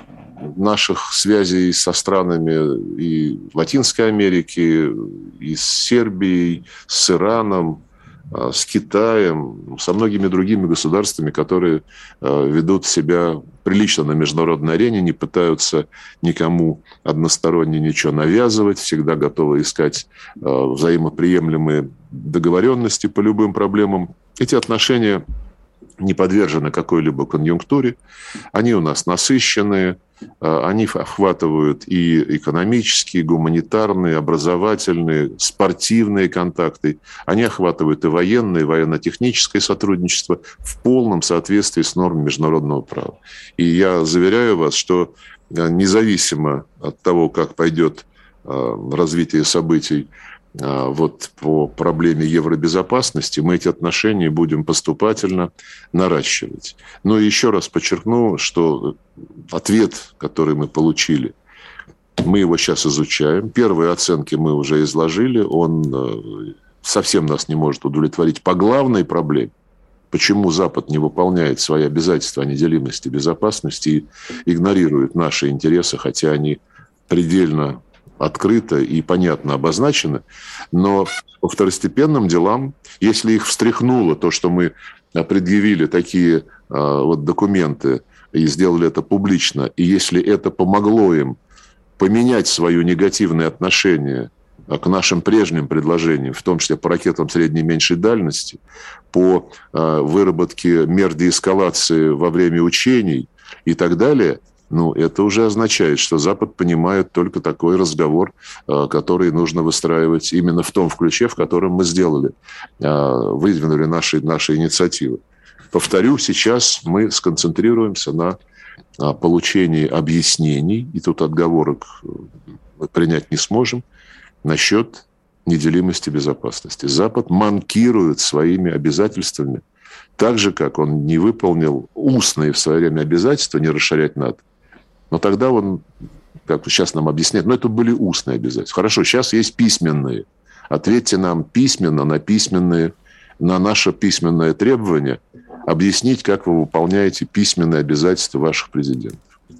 наших связей со странами и Латинской Америки, и с Сербией, с Ираном, с Китаем, со многими другими государствами, которые ведут себя прилично на международной арене, не пытаются никому односторонне ничего навязывать, всегда готовы искать взаимоприемлемые договоренности по любым проблемам. Эти отношения не подвержены какой-либо конъюнктуре, они у нас насыщенные, они охватывают и экономические, и гуманитарные, образовательные, спортивные контакты, они охватывают и военное, и военно-техническое сотрудничество в полном соответствии с нормами международного права. И я заверяю вас, что независимо от того, как пойдет развитие событий вот по проблеме евробезопасности, мы эти отношения будем поступательно наращивать. Но еще раз подчеркну, что ответ, который мы получили, мы его сейчас изучаем. Первые оценки мы уже изложили. Он совсем нас не может удовлетворить по главной проблеме. Почему Запад не выполняет свои обязательства о неделимости безопасности и игнорирует наши интересы, хотя они предельно открыто и понятно обозначены, но по второстепенным делам, если их встряхнуло то, что мы предъявили такие а, вот документы и сделали это публично, и если это помогло им поменять свое негативное отношение к нашим прежним предложениям, в том числе по ракетам средней и меньшей дальности, по а, выработке мер деэскалации во время учений и так далее, ну, это уже означает, что Запад понимает только такой разговор, который нужно выстраивать именно в том ключе, в котором мы сделали, выдвинули наши, наши инициативы. Повторю, сейчас мы сконцентрируемся на получении объяснений, и тут отговорок мы принять не сможем, насчет неделимости безопасности. Запад манкирует своими обязательствами, так же, как он не выполнил устные в свое время обязательства не расширять НАТО. Но тогда он, как сейчас нам объясняет, но это были устные обязательства. Хорошо, сейчас есть письменные. Ответьте нам письменно на письменные, на наше письменное требование, объяснить, как вы выполняете письменные обязательства ваших президентов.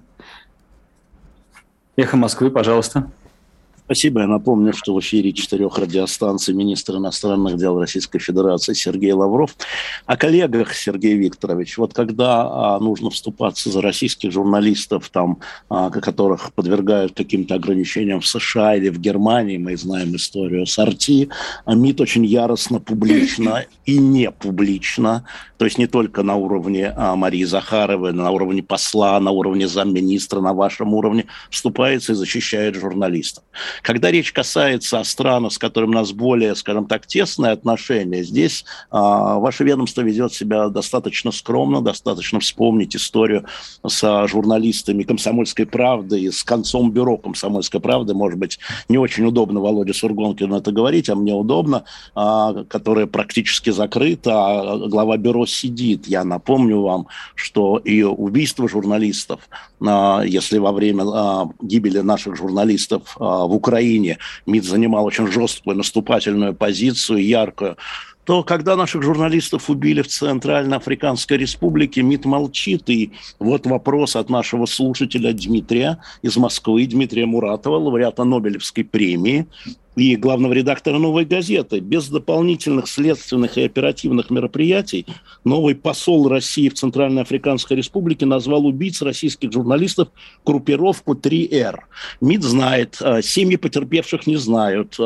Эхо Москвы, пожалуйста. Спасибо. Я напомню, что в эфире четырех радиостанций министр иностранных дел Российской Федерации Сергей Лавров. О коллегах, Сергей Викторович, вот когда а, нужно вступаться за российских журналистов, там, а, которых подвергают каким-то ограничениям в США или в Германии, мы знаем историю с Арти, а МИД очень яростно, публично и не публично, то есть не только на уровне а, Марии Захаровой, на уровне посла, на уровне замминистра, на вашем уровне, вступается и защищает журналистов. Когда речь касается стран, с которыми у нас более, скажем так, тесные отношения, здесь а, ваше ведомство ведет себя достаточно скромно, достаточно вспомнить историю с журналистами «Комсомольской правды» и с концом бюро «Комсомольской правды». Может быть, не очень удобно Володе Сургонкину это говорить, а мне удобно, а, которое практически закрыто, а глава бюро сидит. Я напомню вам, что и убийство журналистов, а, если во время а, гибели наших журналистов а, в Украине МИД занимал очень жесткую наступательную позицию, яркую, то когда наших журналистов убили в Центральноафриканской Республике, МИД молчит. И вот вопрос от нашего слушателя Дмитрия из Москвы, Дмитрия Муратова, лауреата Нобелевской премии и главного редактора «Новой газеты». Без дополнительных следственных и оперативных мероприятий новый посол России в Центральноафриканской Республике назвал убийц российских журналистов группировку три эр. МИД знает, семьи потерпевших не знают,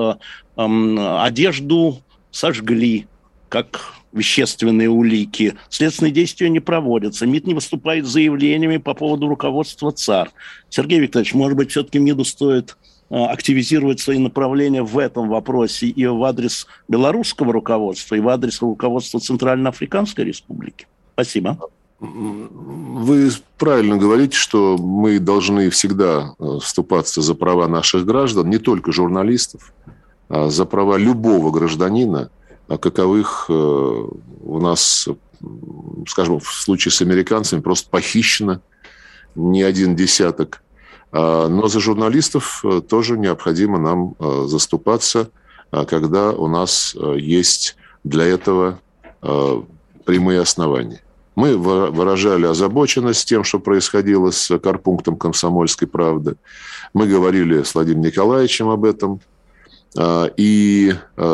одежду сожгли как вещественные улики. Следственные действия не проводятся. МИД не выступает с заявлениями по поводу руководства ЦАР. Сергей Викторович, может быть, все-таки МИДу стоит активизировать свои направления в этом вопросе и в адрес белорусского руководства, и в адрес руководства Центральноафриканской Республики? Спасибо. Вы правильно говорите, что мы должны всегда вступаться за права наших граждан, не только журналистов, а за права любого гражданина каковых у нас, скажем, в случае с американцами просто похищено не один десяток. Но за журналистов тоже необходимо нам заступаться, когда у нас есть для этого прямые основания. Мы выражали озабоченность тем, что происходило с корпунктом «Комсомольской правды». Мы говорили с Владимиром Николаевичем об этом. И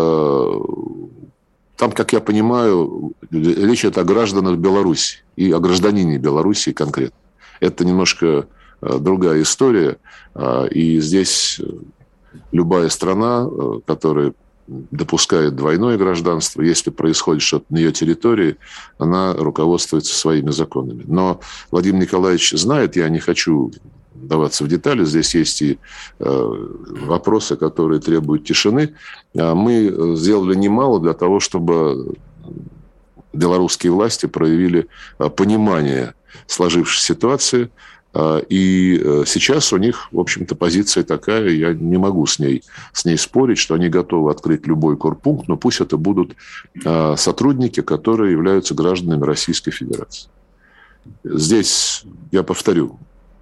там, как я понимаю, речь идет о гражданах Беларуси и о гражданине Беларуси конкретно. Это немножко другая история. И здесь любая страна, которая допускает двойное гражданство, если происходит что-то на ее территории, она руководствуется своими законами. Но Владимир Николаевич знает, я не хочу вдаваться в детали, здесь есть и э, вопросы, которые требуют тишины. Мы сделали немало для того, чтобы белорусские власти проявили понимание сложившейся ситуации. И сейчас у них, в общем-то, позиция такая, я не могу с ней, с ней спорить, что они готовы открыть любой корпункт, но пусть это будут сотрудники, которые являются гражданами Российской Федерации. Здесь, я повторю,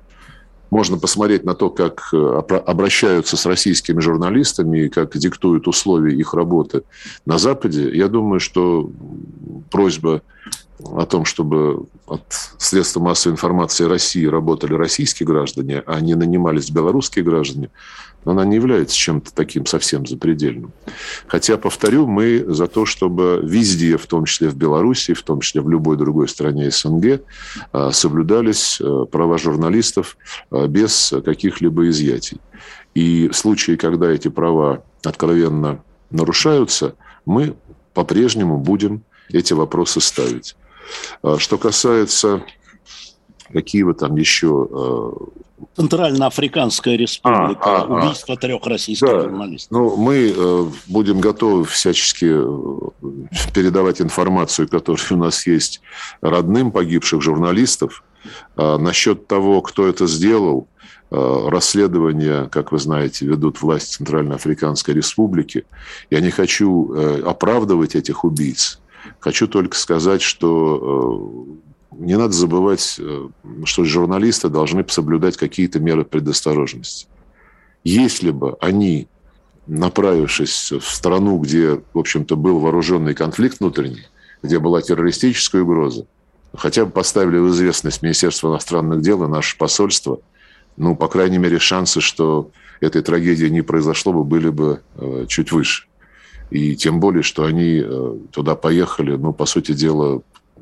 можно посмотреть на то, как обращаются с российскими журналистами и как диктуют условия их работы на Западе. Я думаю, что просьба о том, чтобы от средств массовой информации России работали российские граждане, а не нанимались белорусские граждане, она не является чем-то таким совсем запредельным. Хотя, повторю, мы за то, чтобы везде, в том числе в Беларуси, в том числе в любой другой стране СНГ, соблюдались права журналистов без каких-либо изъятий. И в случае, когда эти права откровенно нарушаются, мы по-прежнему будем эти вопросы ставить. Что касается, какие вы там еще... Центральноафриканская республика, а, а, убийство а, трех российских да, журналистов. Ну, мы будем готовы всячески передавать информацию, которая у нас есть, родным погибших журналистов. Насчет того, кто это сделал, расследования, как вы знаете, ведут власти Центральноафриканской республики. Я не хочу оправдывать этих убийц. Хочу только сказать, что не надо забывать, что журналисты должны соблюдать какие-то меры предосторожности. Если бы они, направившись в страну, где, в общем-то, был вооруженный конфликт внутренний, где была террористическая угроза, хотя бы поставили в известность Министерство иностранных дел и наше посольство, ну, по крайней мере, шансы, что этой трагедии не произошло бы, были бы э, чуть выше. И тем более, что они э, туда поехали, ну, по сути дела,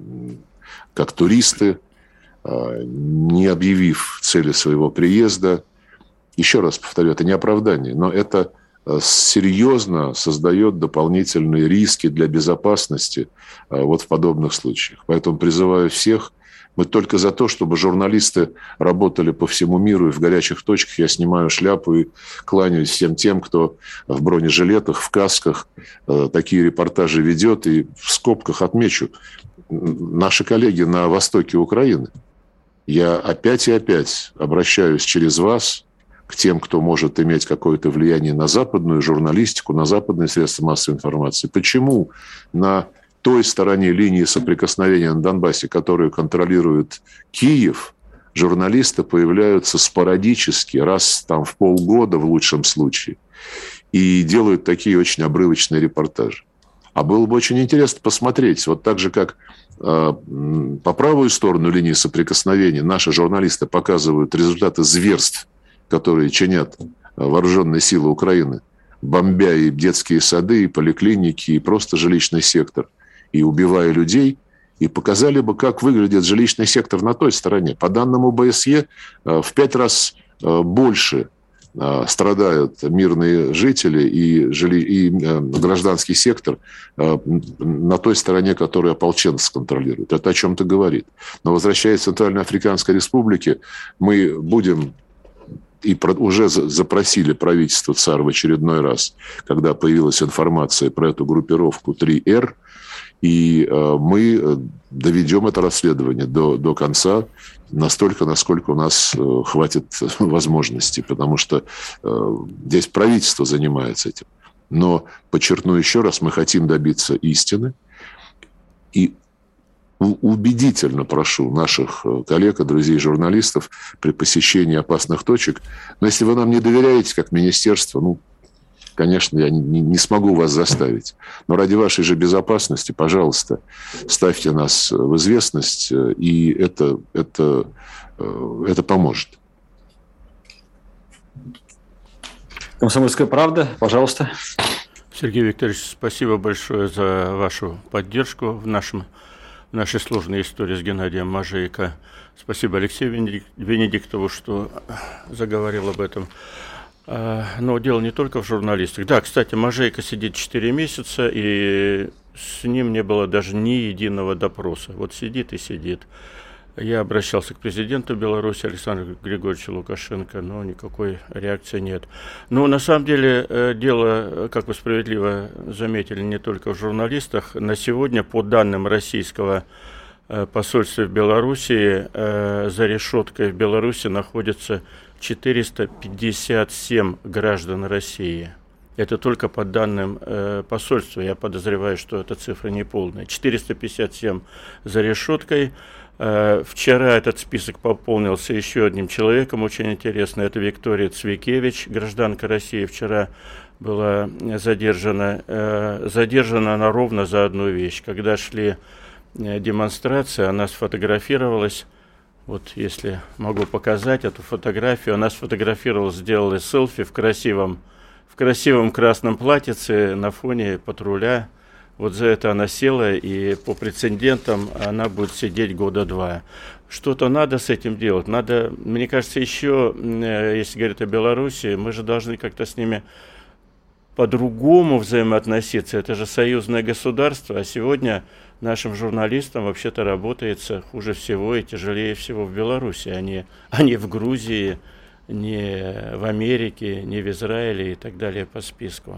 как туристы, э, не объявив цели своего приезда. Еще раз повторю, это не оправдание, но это э, серьезно создает дополнительные риски для безопасности э, вот в подобных случаях. Поэтому призываю всех. Мы только за то, чтобы журналисты работали по всему миру, и в горячих точках я снимаю шляпу и кланяюсь всем тем, кто в бронежилетах, в касках э, такие репортажи ведет. И в скобках отмечу, наши коллеги на востоке Украины, я опять и опять обращаюсь через вас к тем, кто может иметь какое-то влияние на западную журналистику, на западные средства массовой информации. Почему на той стороне линии соприкосновения на Донбассе, которую контролирует Киев, журналисты появляются спорадически, раз там в полгода в лучшем случае, и делают такие очень обрывочные репортажи. А было бы очень интересно посмотреть, вот так же, как э, по правую сторону линии соприкосновения наши журналисты показывают результаты зверств, которые чинят вооруженные силы Украины, бомбя и детские сады, и поликлиники, и просто жилищный сектор, и убивая людей, и показали бы, как выглядит жилищный сектор на той стороне. По данным ОБСЕ, в пять раз больше страдают мирные жители и, жили... и гражданский сектор на той стороне, которую ополченцы контролируют. Это о чем-то говорит. Но возвращаясь к Центральноафриканской Республике, мы будем... и уже запросили правительство ЦАР в очередной раз, когда появилась информация про эту группировку три эр, и мы доведем это расследование до, до конца настолько, насколько у нас хватит возможностей, потому что здесь правительство занимается этим. Но, подчеркну еще раз, мы хотим добиться истины. И убедительно прошу наших коллег и друзей журналистов при посещении опасных точек, но если вы нам не доверяете как министерство, ну, конечно, я не, не смогу вас заставить. Но ради вашей же безопасности, пожалуйста, ставьте нас в известность, и это, это, это поможет. «Комсомольская правда», пожалуйста. Сергей Викторович, спасибо большое за вашу поддержку в, нашем, в нашей сложной истории с Геннадием Можейко. Спасибо Алексею Венедиктову, что заговорил об этом. Но дело не только в журналистах. Да, кстати, Можейко сидит четыре месяца, и с ним не было даже ни единого допроса. Вот сидит и сидит. Я обращался к президенту Беларуси Александру Григорьевичу Лукашенко, но никакой реакции нет. Но на самом деле дело, как вы справедливо заметили, не только в журналистах. На сегодня, по данным российского посольства в Беларуси, за решеткой в Беларуси находится четыреста пятьдесят семь граждан России. Это только по данным посольства. Я подозреваю, что эта цифра неполная. четыреста пятьдесят семь за решеткой. Вчера этот список пополнился еще одним человеком, очень интересно, это Виктория Цвикевич, гражданка России, вчера была задержана. Задержана она ровно за одну вещь. Когда шли демонстрации, она сфотографировалась, вот если могу показать эту фотографию, она сфотографировалась, сделала селфи в красивом, в красивом красном платьице на фоне патруля. Вот за это она села, и по прецедентам она будет сидеть года два. Что-то надо с этим делать. Надо, мне кажется, еще, если говорить о Беларуси, мы же должны как-то с ними по-другому взаимоотноситься. Это же союзное государство, а сегодня нашим журналистам вообще-то работается хуже всего и тяжелее всего в Беларуси, а не, а не в Грузии, не в Америке, не в Израиле и так далее по списку.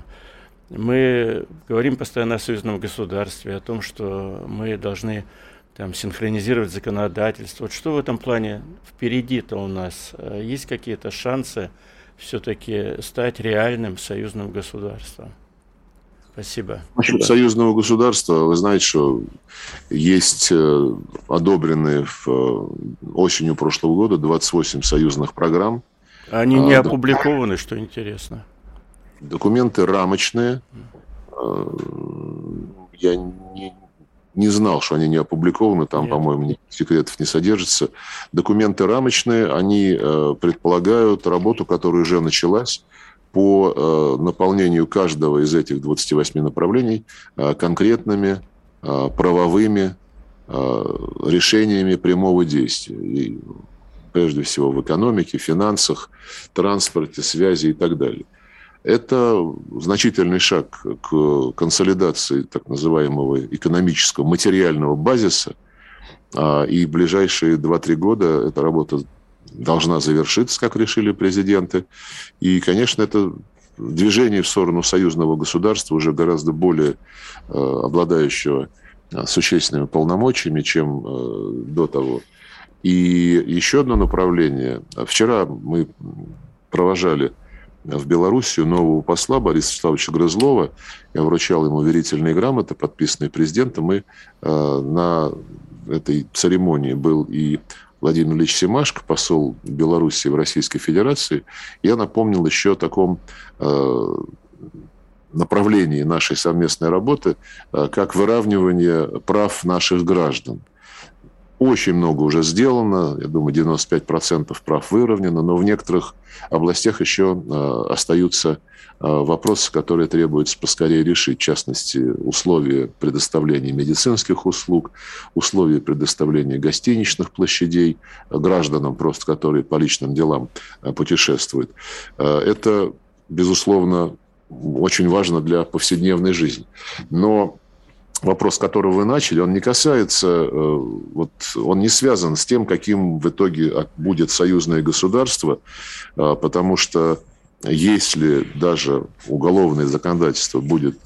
Мы говорим постоянно о союзном государстве, о том, что мы должны там синхронизировать законодательство. Вот что в этом плане впереди-то у нас? Есть какие-то шансы все-таки стать реальным союзным государством? Спасибо. Насчет союзного государства, вы знаете, что есть одобренные в осенью прошлого года двадцать восемь союзных программ. Они не опубликованы, что интересно. Документы рамочные. Я не, не знал, что они не опубликованы. Там, Нет. по-моему, секретов не содержится. Документы рамочные. Они предполагают работу, которая уже началась по наполнению каждого из этих двадцати восьми направлений конкретными правовыми решениями прямого действия. И прежде всего в экономике, финансах, транспорте, связи и так далее. Это значительный шаг к консолидации так называемого экономического, материального базиса. И в ближайшие два-три года эта работа должна завершиться, как решили президенты. И, конечно, это движение в сторону союзного государства, уже гораздо более обладающего существенными полномочиями, чем до того. И еще одно направление. Вчера мы провожали в Белоруссию нового посла Бориса Вячеславовича Грызлова. Я вручал ему верительные грамоты, подписанные президентом. И э, на этой церемонии был и Владимир Ильич Семашко, посол Белоруссии в Российской Федерации. Я напомнил еще о таком э, направлении нашей совместной работы, э, как выравнивание прав наших граждан. Очень много уже сделано, я думаю, девяносто пять процентов прав выровнено, но в некоторых областях еще э, остаются э, вопросы, которые требуется поскорее решить. В частности, условия предоставления медицинских услуг, условия предоставления гостиничных площадей гражданам, просто которые по личным делам э, путешествуют. Э, это, безусловно, очень важно для повседневной жизни. Но вопрос, с которого вы начали, он не касается, вот, он не связан с тем, каким в итоге будет союзное государство, потому что если даже уголовное законодательство будет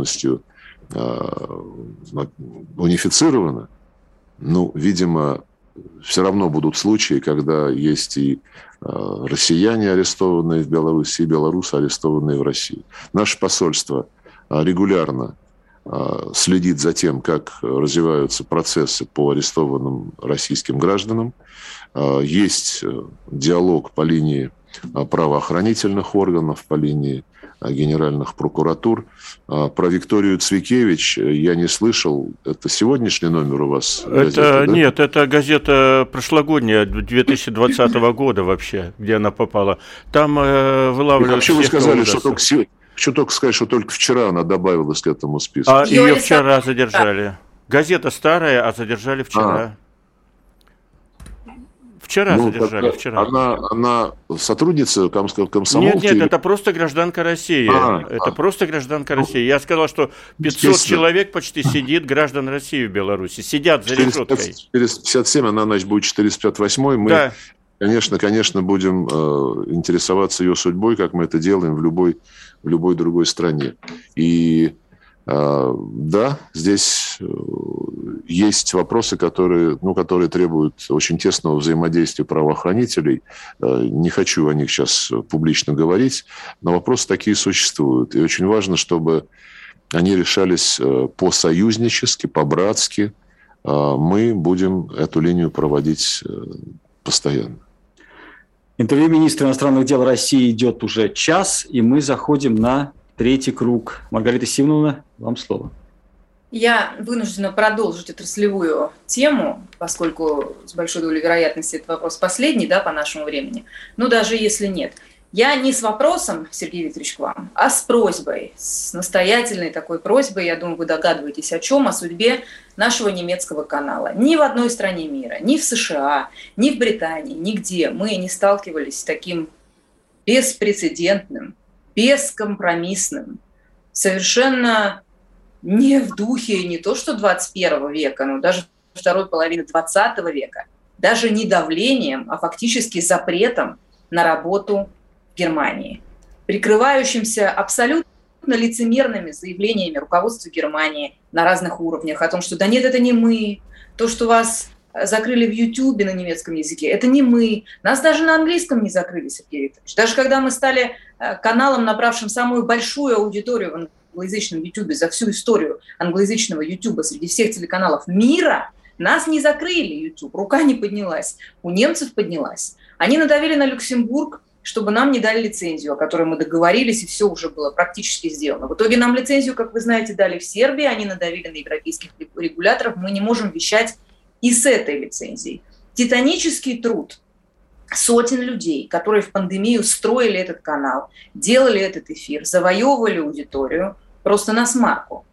полностью унифицировано, ну, видимо, все равно будут случаи, когда есть и россияне, арестованные в Беларуси, и белорусы, арестованные в России. Наше посольство регулярно следит за тем, как развиваются процессы по арестованным российским гражданам. Есть диалог по линии правоохранительных органов, по линии генеральных прокуратур. Про Викторию Цвикевич я не слышал. Это сегодняшний номер у вас? Это, газета, да? Нет, это газета прошлогодняя, две тысячи двадцатого года вообще, где она попала. Там э, вылавливают... Вообще вы сказали, что только, удастся. хочу только сказать, что только вчера она добавилась к этому списку. А ее, Ее вчера листа... задержали. Газета старая, а задержали вчера. А. Вчера ну, задержали, так, вчера. Она, она сотрудница комсомолки? Нет, нет, или... это просто гражданка России. А, это а. просто гражданка России. Я сказал, что пятьсот человек почти сидит, граждан России в Беларуси. Сидят за решеткой. четыреста пятьдесят семь, она, значит, будет четыреста пятьдесят восемь. Мы, да. конечно, конечно, будем э, интересоваться ее судьбой, как мы это делаем в любой, в любой другой стране. И э, да, здесь э, есть вопросы, которые, ну, которые требуют очень тесного взаимодействия правоохранителей. Э, не хочу о них сейчас публично говорить, но вопросы такие существуют. И очень важно, чтобы они решались э, по-союзнически, по-братски. Э, мы будем эту линию проводить э, постоянно. Интервью министра иностранных дел России идет уже час, и мы заходим на третий круг. Маргарита Симоновна, вам слово. Я вынуждена продолжить отраслевую тему, поскольку с большой долей вероятности этот вопрос последний, да, по нашему времени. Но даже если нет. Я не с вопросом, Сергей Викторович, к вам, а с просьбой, с настоятельной такой просьбой, я думаю, вы догадываетесь о чем, о судьбе нашего немецкого канала. Ни в одной стране мира, ни в США, ни в Британии, нигде мы не сталкивались с таким беспрецедентным, бескомпромиссным, совершенно не в духе не то что двадцать первого века, но даже второй половины двадцатого века, даже не давлением, а фактически запретом на работу в Германии, прикрывающимся абсолютно лицемерными заявлениями руководства Германии на разных уровнях о том, что да нет, это не мы, то, что вас закрыли в Ютьюбе на немецком языке, это не мы, нас даже на английском не закрыли, Сергей Викторович. Даже когда мы стали каналом, набравшим самую большую аудиторию в англоязычном Ютьюбе за всю историю англоязычного Ютьюба среди всех телеканалов мира, нас не закрыли Ютьюб, рука не поднялась, у немцев поднялась. Они надавили на Люксембург, чтобы нам не дали лицензию, о которой мы договорились, и все уже было практически сделано. В итоге нам лицензию, как вы знаете, дали в Сербии, они надавили на европейских регуляторов, мы не можем вещать и с этой лицензией. Титанический труд сотен людей, которые в пандемию строили этот канал, делали этот эфир, завоевывали аудиторию просто на смарку.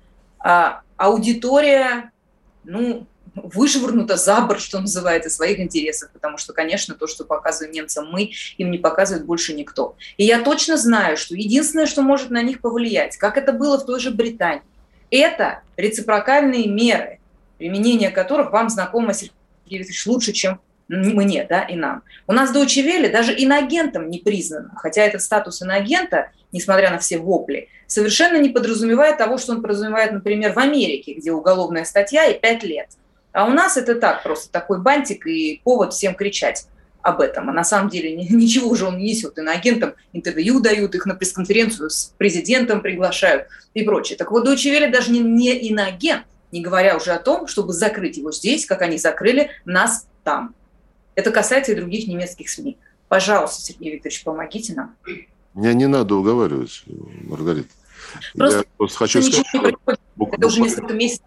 А аудитория, ну, вышвырнута за борт, что называется, своих интересов, потому что, конечно, то, что показываем немцам мы, им не показывает больше никто. И я точно знаю, что единственное, что может на них повлиять, как это было в той же Британии, это рецепрокальные меры, применение которых вам знакомо, Сергей Викторович, лучше, чем мне, да, и нам. У нас Deutsche Welle даже иноагентом не признано, хотя этот статус иноагента, несмотря на все вопли, совершенно не подразумевает того, что он подразумевает, например, в Америке, где уголовная статья и пять лет. А у нас это так, просто такой бантик и повод всем кричать об этом. А на самом деле ничего же он не несет. Иноагентам интервью дают, их на пресс-конференцию с президентом приглашают и прочее. Так вот, Deutsche Welle даже не, не иноагент, не говоря уже о том, чтобы закрыть его здесь, как они закрыли нас там. Это касается и других немецких СМИ. Пожалуйста, Сергей Викторович, помогите нам. Меня не надо уговаривать, Маргарита. Просто, Я просто хочу сказать, ничего не происходит. буквально, Это уже несколько месяцев.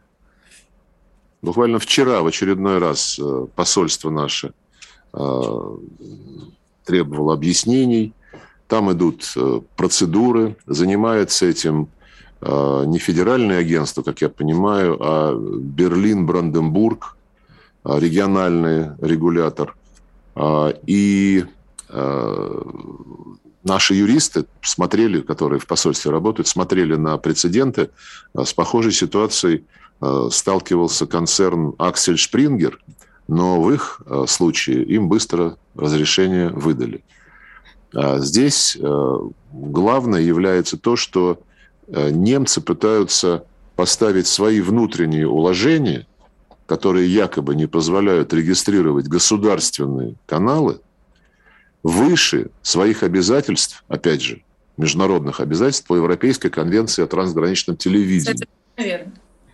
Буквально вчера в очередной раз посольство наше требовало объяснений. Там идут процедуры, занимается этим не федеральное агентство, как я понимаю, а Берлин-Бранденбург, региональный регулятор. И наши юристы смотрели, которые в посольстве работают, смотрели на прецеденты. С похожей ситуацией сталкивался концерн Аксель Шпрингер, но в их случае им быстро разрешение выдали. Здесь главное является то, что немцы пытаются поставить свои внутренние уложения которые якобы не позволяют регистрировать государственные каналы, выше своих обязательств, опять же, международных обязательств по Европейской конвенции о трансграничном телевидении. Наверное.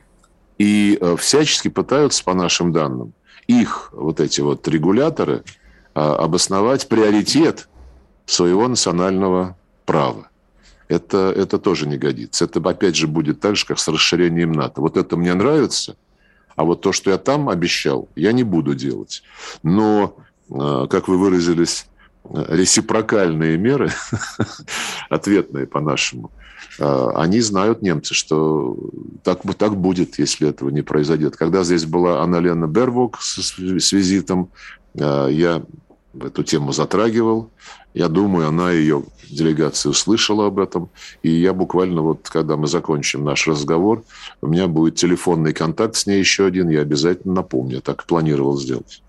И всячески пытаются, по нашим данным, их вот эти вот регуляторы обосновать приоритет своего национального права. Это, это тоже не годится. Это, опять же, будет так же, как с расширением НАТО. Вот это мне нравится, а вот то, что я там обещал, я не буду делать. Но, как вы выразились, ресипрокальные меры, ответные по-нашему, они знают, немцы, что так, так будет, если этого не произойдет. Когда здесь была Анна-Лена Бербок с, с визитом, я эту тему затрагивал. Я думаю, она, ее делегация услышала об этом. И я буквально, вот когда мы закончим наш разговор, у меня будет телефонный контакт с ней еще один. Я обязательно напомню. Я так планировал сделать.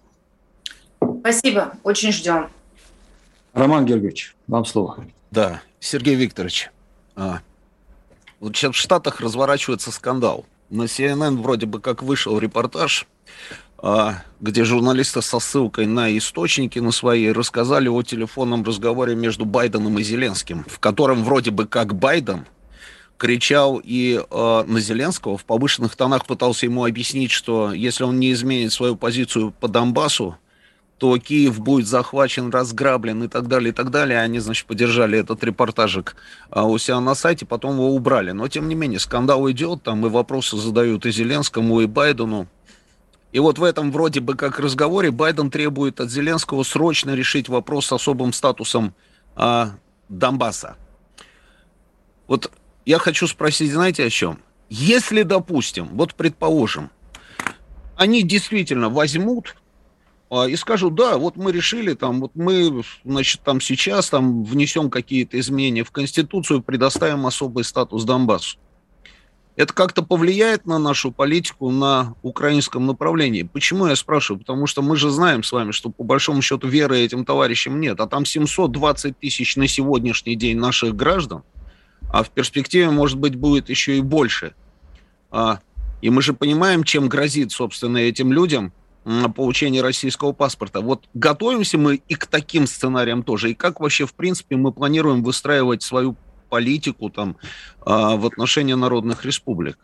Спасибо. Очень ждем. Роман Георгиевич, вам слово. Да, Сергей Викторович. А, вот сейчас в Штатах разворачивается скандал. На си эн эн вроде бы как вышел репортаж, а, где журналисты со ссылкой на источники на свои рассказали о телефонном разговоре между Байденом и Зеленским, в котором вроде бы как Байден кричал и э, на Зеленского, в повышенных тонах пытался ему объяснить, что если он не изменит свою позицию по Донбассу, то Киев будет захвачен, разграблен и так далее, и так далее. Они, значит, поддержали этот репортажик а, у себя на сайте, потом его убрали. Но, тем не менее, скандал идет, там и вопросы задают и Зеленскому, и Байдену. И вот в этом вроде бы как разговоре Байден требует от Зеленского срочно решить вопрос с особым статусом а, Донбасса. Вот я хочу спросить, знаете, о чем? Если, допустим, вот предположим, они действительно возьмут и скажут, да, вот мы решили, там, вот мы, значит, там сейчас там внесем какие-то изменения в Конституцию, предоставим особый статус Донбассу. Это как-то повлияет на нашу политику на украинском направлении? Почему я спрашиваю? Потому что мы же знаем с вами, что по большому счету веры этим товарищам нет, а там семьсот двадцать тысяч на сегодняшний день наших граждан, а в перспективе, может быть, будет еще и больше. И мы же понимаем, чем грозит, собственно, этим людям получение российского паспорта. Вот готовимся мы и к таким сценариям тоже? И как вообще, в принципе, мы планируем выстраивать свою политику там в отношении народных республик?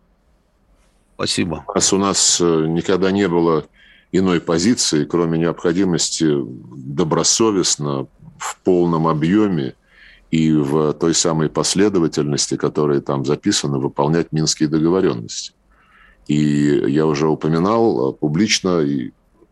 Спасибо. У нас, у нас никогда не было иной позиции, кроме необходимости добросовестно, в полном объеме и в той самой последовательности, которая там записана, выполнять Минские договоренности. И я уже упоминал публично, и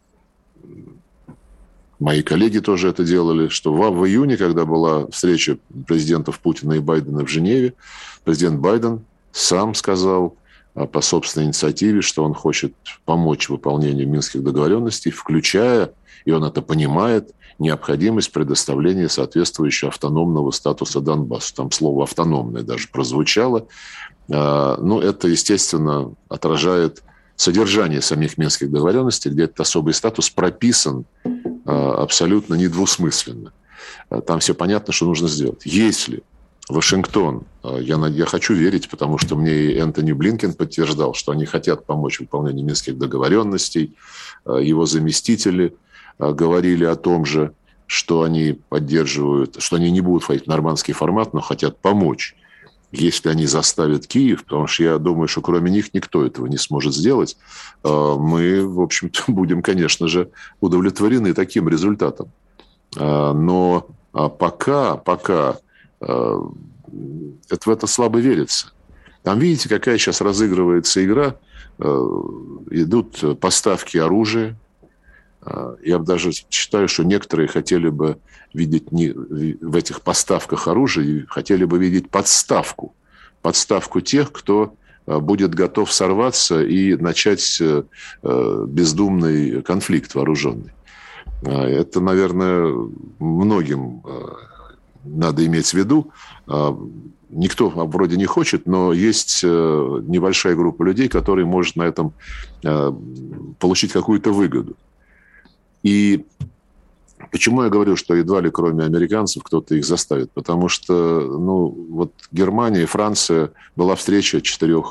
мои коллеги тоже это делали, что в, в июне, когда была встреча президентов Путина и Байдена в Женеве, президент Байден сам сказал по собственной инициативе, что он хочет помочь выполнению Минских договоренностей, включая, и он это понимает, необходимость предоставления соответствующего автономного статуса Донбассу. Там слово «автономное» даже прозвучало. Ну, это, естественно, отражает содержание самих Минских договоренностей, где этот особый статус прописан абсолютно недвусмысленно. Там все понятно, что нужно сделать. Если Вашингтон, я, я хочу верить, потому что мне и Энтони Блинкен подтверждал, что они хотят помочь в выполнении Минских договоренностей, его заместители говорили о том же, что они поддерживают, что они не будут входить в нормандский формат, но хотят помочь. Если они заставят Киев, потому что я думаю, что кроме них никто этого не сможет сделать, мы, в общем-то, будем, конечно же, удовлетворены таким результатом. Но пока, пока это, в это слабо верится. Там, видите, какая сейчас разыгрывается игра. Идут поставки оружия. Я даже считаю, что некоторые хотели бы видеть не, в этих поставках оружия, хотели бы видеть подставку. Подставку тех, кто будет готов сорваться и начать бездумный конфликт вооруженный. Это, наверное, многим надо иметь в виду. Никто вроде не хочет, но есть небольшая группа людей, которые может на этом получить какую-то выгоду. И почему я говорю, что едва ли кроме американцев кто-то их заставит? Потому что, ну, вот Германия и Франция, была встреча четырех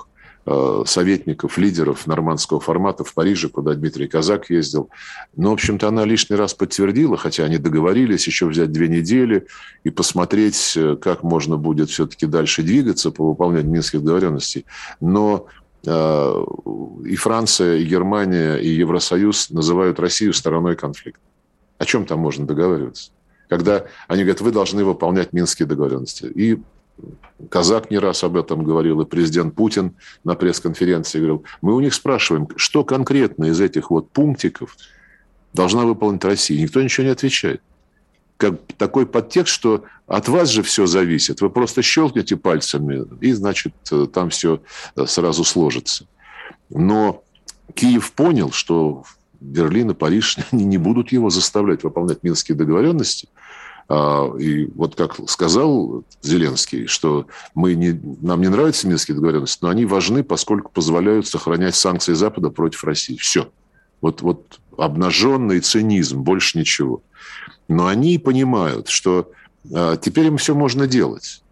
советников, лидеров нормандского формата в Париже, куда Дмитрий Казак ездил. Но, в общем-то, она лишний раз подтвердила, хотя они договорились еще взять две недели и посмотреть, как можно будет все-таки дальше двигаться по выполнению Минских договоренностей. Но э, и Франция, и Германия, и Евросоюз называют Россию стороной конфликта. О чем там можно договариваться? Когда они говорят, вы должны выполнять Минские договоренности. И Казак не раз об этом говорил, и президент Путин на пресс-конференции говорил. Мы у них спрашиваем, что конкретно из этих вот пунктиков должна выполнить Россия. Никто ничего не отвечает. Как такой подтекст, что от вас же все зависит. Вы просто щелкнете пальцами, и, значит, там все сразу сложится. Но Киев понял, что Берлин и Париж не будут его заставлять выполнять Минские договоренности. И вот как сказал Зеленский, что мы не, нам не нравятся Минские договоренности, но они важны, поскольку позволяют сохранять санкции Запада против России. Все. Вот, вот обнаженный цинизм, больше ничего. Но они понимают, что а, теперь им все можно делать.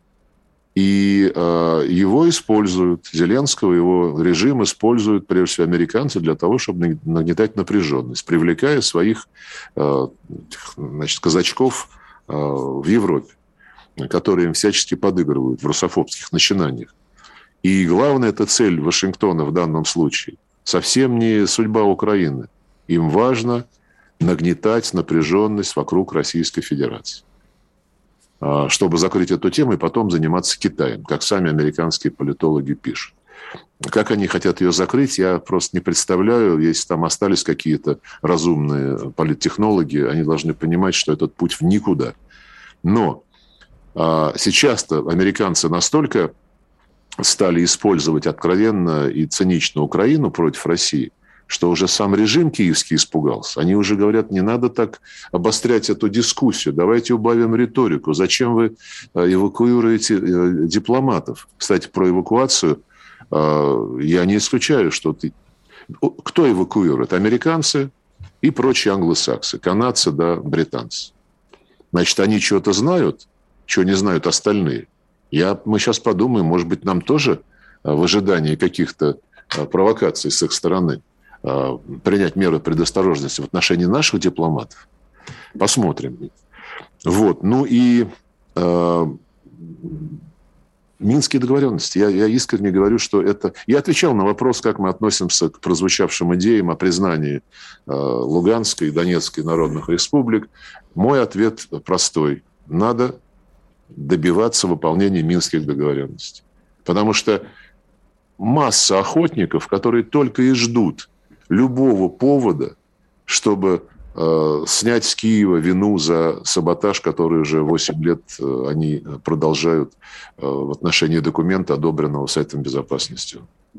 И а, его используют, Зеленского, его режим используют, прежде всего, американцы для того, чтобы нагнетать напряженность, привлекая своих а, значит, казачков а, в Европе, которые им всячески подыгрывают в русофобских начинаниях. И главная эта цель Вашингтона в данном случае совсем не судьба Украины. Им важно нагнетать напряженность вокруг Российской Федерации, чтобы закрыть эту тему и потом заниматься Китаем, как сами американские политологи пишут. Как они хотят ее закрыть, я просто не представляю. Если там остались какие-то разумные политтехнологи, они должны понимать, что этот путь в никуда. Но а, сейчас-то американцы настолько стали использовать откровенно и цинично Украину против России, что уже сам режим киевский испугался. Они уже говорят, не надо так обострять эту дискуссию, давайте убавим риторику. Зачем вы эвакуируете дипломатов? Кстати, про эвакуацию я не исключаю, что ты... Кто эвакуирует? Американцы и прочие англосаксы, канадцы да британцы. Значит, они чего-то знают, чего не знают остальные. Я, мы сейчас подумаем, может быть, нам тоже в ожидании каких-то провокаций с их стороны принять меры предосторожности в отношении наших дипломатов. Посмотрим. Вот. Ну и э, Минские договоренности. Я, я искренне говорю, что это... Я отвечал на вопрос, как мы относимся к прозвучавшим идеям о признании э, Луганской и Донецкой народных республик. Мой ответ простой. Надо добиваться выполнения Минских договоренностей. Потому что масса охотников, которые только и ждут любого повода, чтобы э, снять с Киева вину за саботаж, который уже восемь лет э, они продолжают э, в отношении документа, одобренного Советом Безопасности.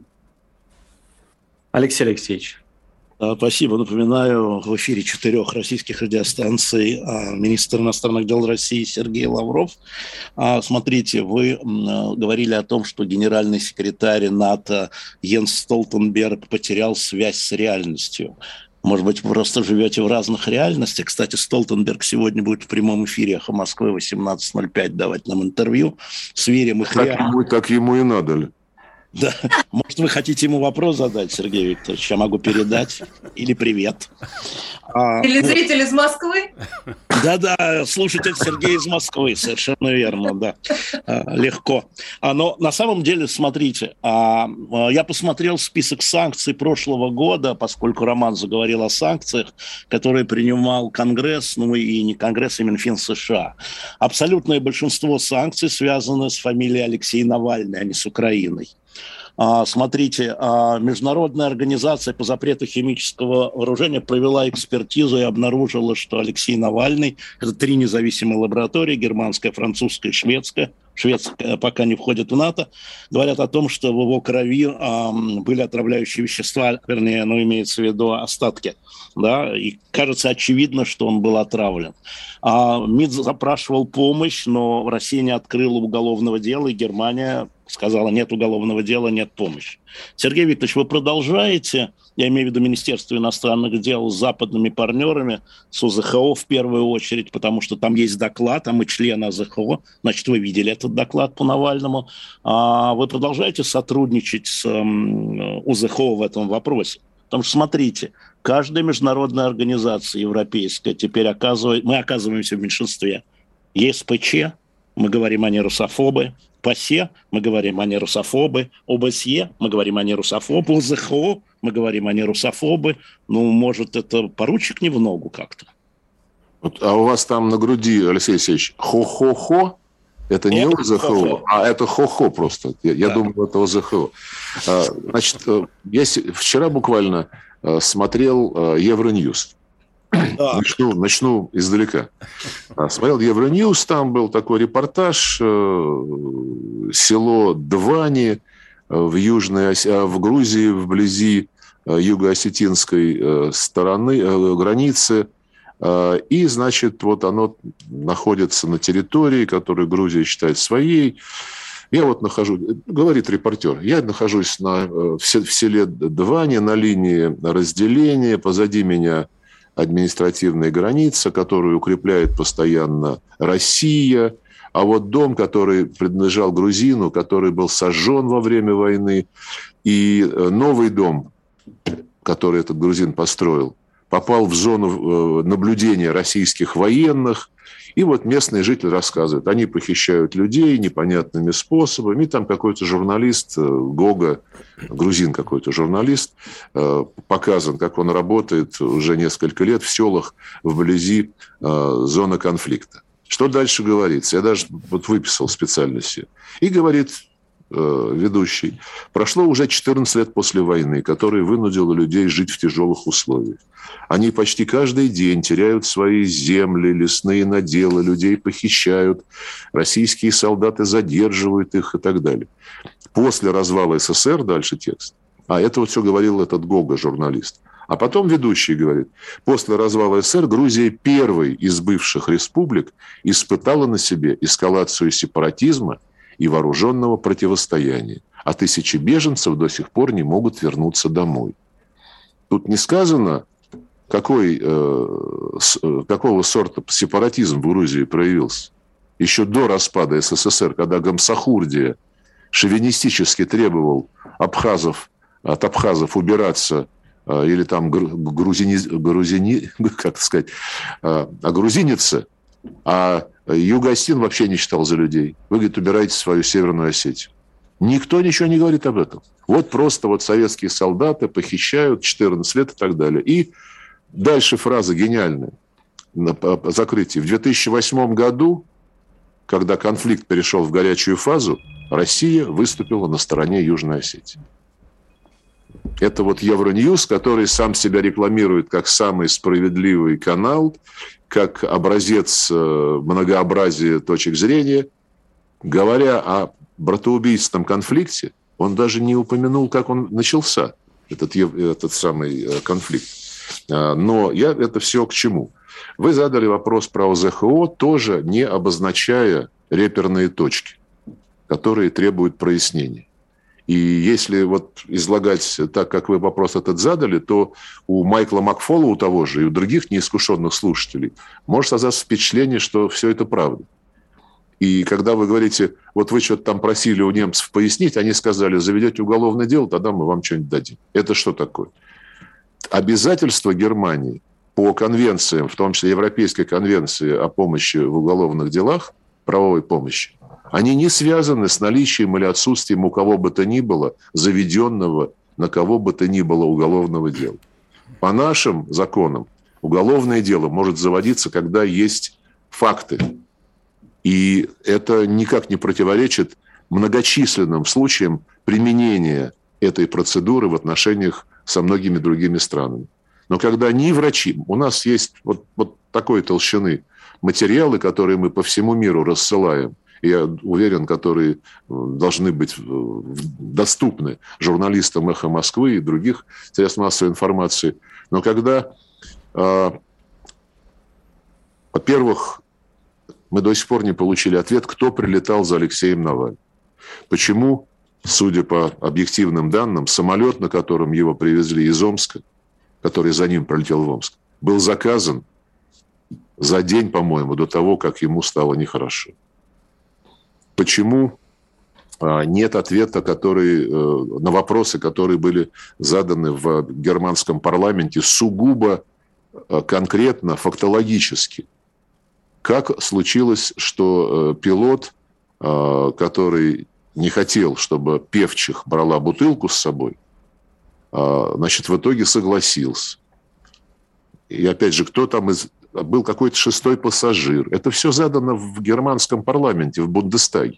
Алексей Алексеевич. Спасибо. Напоминаю, в эфире четырех российских радиостанций министр иностранных дел России Сергей Лавров. Смотрите, вы говорили о том, что генеральный секретарь НАТО Йенс Столтенберг потерял связь с реальностью. Может быть, вы просто живете в разных реальностях. Кстати, Столтенберг сегодня будет в прямом эфире «Эхо Москвы» восемнадцать ноль пять давать нам интервью. Сверим их так реальность. Ему, так ему и надо ли? Да. Может, вы хотите ему вопрос задать, Сергей Викторович? Я могу передать. Или привет. Или зритель из Москвы? Да-да, слушатель Сергей из Москвы, совершенно верно, да. Легко. Но на самом деле, смотрите, я посмотрел список санкций прошлого года, поскольку Роман заговорил о санкциях, которые принимал Конгресс, ну и не Конгресс, а Минфин США. Абсолютное большинство санкций связано с фамилией Алексей Навальный, а не с Украиной. Смотрите, Международная организация по запрету химического вооружения провела экспертизу и обнаружила, что Алексей Навальный, это три независимые лаборатории, германская, французская и шведская, шведская пока не входит в НАТО, говорят о том, что в его крови э, были отравляющие вещества, вернее, ну, имеется в виду остатки, да, и кажется очевидно, что он был отравлен. А МИД запрашивал помощь, но Россия не открыла уголовного дела, и Германия сказала, нет уголовного дела, нет помощи. Сергей Викторович, вы продолжаете, я имею в виду Министерство иностранных дел, с западными партнерами, с ОЗХО в первую очередь, потому что там есть доклад, а мы члены ОЗХО, значит, вы видели этот доклад по Навальному. А вы продолжаете сотрудничать с ОЗХО в этом вопросе? Потому что, смотрите, каждая международная организация европейская теперь оказывает, мы оказываемся в меньшинстве. ЕСПЧ, мы говорим, они русофобы. ПАСЕ, мы говорим, они русофобы. ОБСЕ, мы говорим, они русофобы. ОЗХО, мы говорим, они русофобы. Ну, может, это поручик не в ногу как-то? Вот, а у вас там на груди, Алексей Алексеевич, хо-хо-хо? Это не это ОЗХО, хо-хо. А это хо-хо просто. Я, да. я думаю, это ОЗХО. Значит, я вчера буквально смотрел Евроньюз. Да. Начну, начну издалека. Смотрел Евроньюз, там был такой репортаж. Село Двани в Южной, в Грузии, вблизи юго-осетинской стороны, границы. И, значит, вот оно находится на территории, которую Грузия считает своей. Я вот нахожусь, говорит репортер, я нахожусь на, в селе Двани на линии разделения, позади меня административная граница, которую укрепляет постоянно Россия, а вот дом, который принадлежал грузину, который был сожжен во время войны, и новый дом, который этот грузин построил, попал в зону наблюдения российских военных. И вот местные жители рассказывают, они похищают людей непонятными способами. И там какой-то журналист, Гога, грузин какой-то журналист, показан, как он работает уже несколько лет в селах вблизи зоны конфликта. Что дальше говорится? Я даже вот выписал специально себе. И говорит ведущий, прошло уже четырнадцать лет после войны, которая вынудила людей жить в тяжелых условиях. Они почти каждый день теряют свои земли, лесные наделы, людей похищают, российские солдаты задерживают их и так далее. После развала СССР, дальше текст, а это вот все говорил этот Гога, журналист. А потом ведущий говорит, после развала СССР Грузия первой из бывших республик испытала на себе эскалацию сепаратизма и вооруженного противостояния, а тысячи беженцев до сих пор не могут вернуться домой. Тут не сказано, какой, э, с, какого сорта сепаратизм в Грузии проявился. Еще до распада СССР, когда Гамсахурдия шовинистически требовал абхазов, от абхазов убираться э, или там грузини, грузини, как сказать, э, огрузиниться, а Юго-Осетин вообще не считал за людей. Вы, говорит, убирайте свою Северную Осетию. Никто ничего не говорит об этом. Вот просто вот советские солдаты похищают четырнадцать лет и так далее. И дальше фраза гениальная на закрытии. В две тысячи восьмом году, когда конфликт перешел в горячую фазу, Россия выступила на стороне Южной Осетии. Это вот Евроньюз, который сам себя рекламирует как самый справедливый канал, как образец многообразия точек зрения. Говоря о братоубийственном конфликте, он даже не упомянул, как он начался, этот, этот самый конфликт. Но я это все к чему? Вы задали вопрос про ОЗХО, тоже не обозначая реперные точки, которые требуют прояснения. И если вот излагать так, как вы вопрос этот задали, то у Майкла Макфола, у того же, и у других неискушенных слушателей может создаться впечатление, что все это правда. И когда вы говорите, вот вы что-то там просили у немцев пояснить, они сказали, заведете уголовное дело, тогда мы вам что-нибудь дадим. Это что такое? Обязательства Германии по конвенциям, в том числе Европейской конвенции о помощи в уголовных делах, правовой помощи, они не связаны с наличием или отсутствием у кого бы то ни было заведенного на кого бы то ни было уголовного дела. По нашим законам уголовное дело может заводиться, когда есть факты. И это никак не противоречит многочисленным случаям применения этой процедуры в отношениях со многими другими странами. Но когда ни врачи... У нас есть вот, вот такой толщины материалы, которые мы по всему миру рассылаем, я уверен, которые должны быть доступны журналистам «Эхо Москвы» и других средств массовой информации. Но когда, э, во-первых, мы до сих пор не получили ответ, кто прилетал за Алексеем Навальным. Почему, судя по объективным данным, самолет, на котором его привезли из Омска, который за ним пролетел в Омск, был заказан за день, по-моему, до того, как ему стало нехорошо? Почему нет ответа, который, на вопросы, которые были заданы в германском парламенте сугубо конкретно, фактологически? Как случилось, что пилот, который не хотел, чтобы Певчих брала бутылку с собой, значит, в итоге согласился? И опять же, кто там из... Был какой-то шестой пассажир. Это все задано в германском парламенте, в Бундестаге.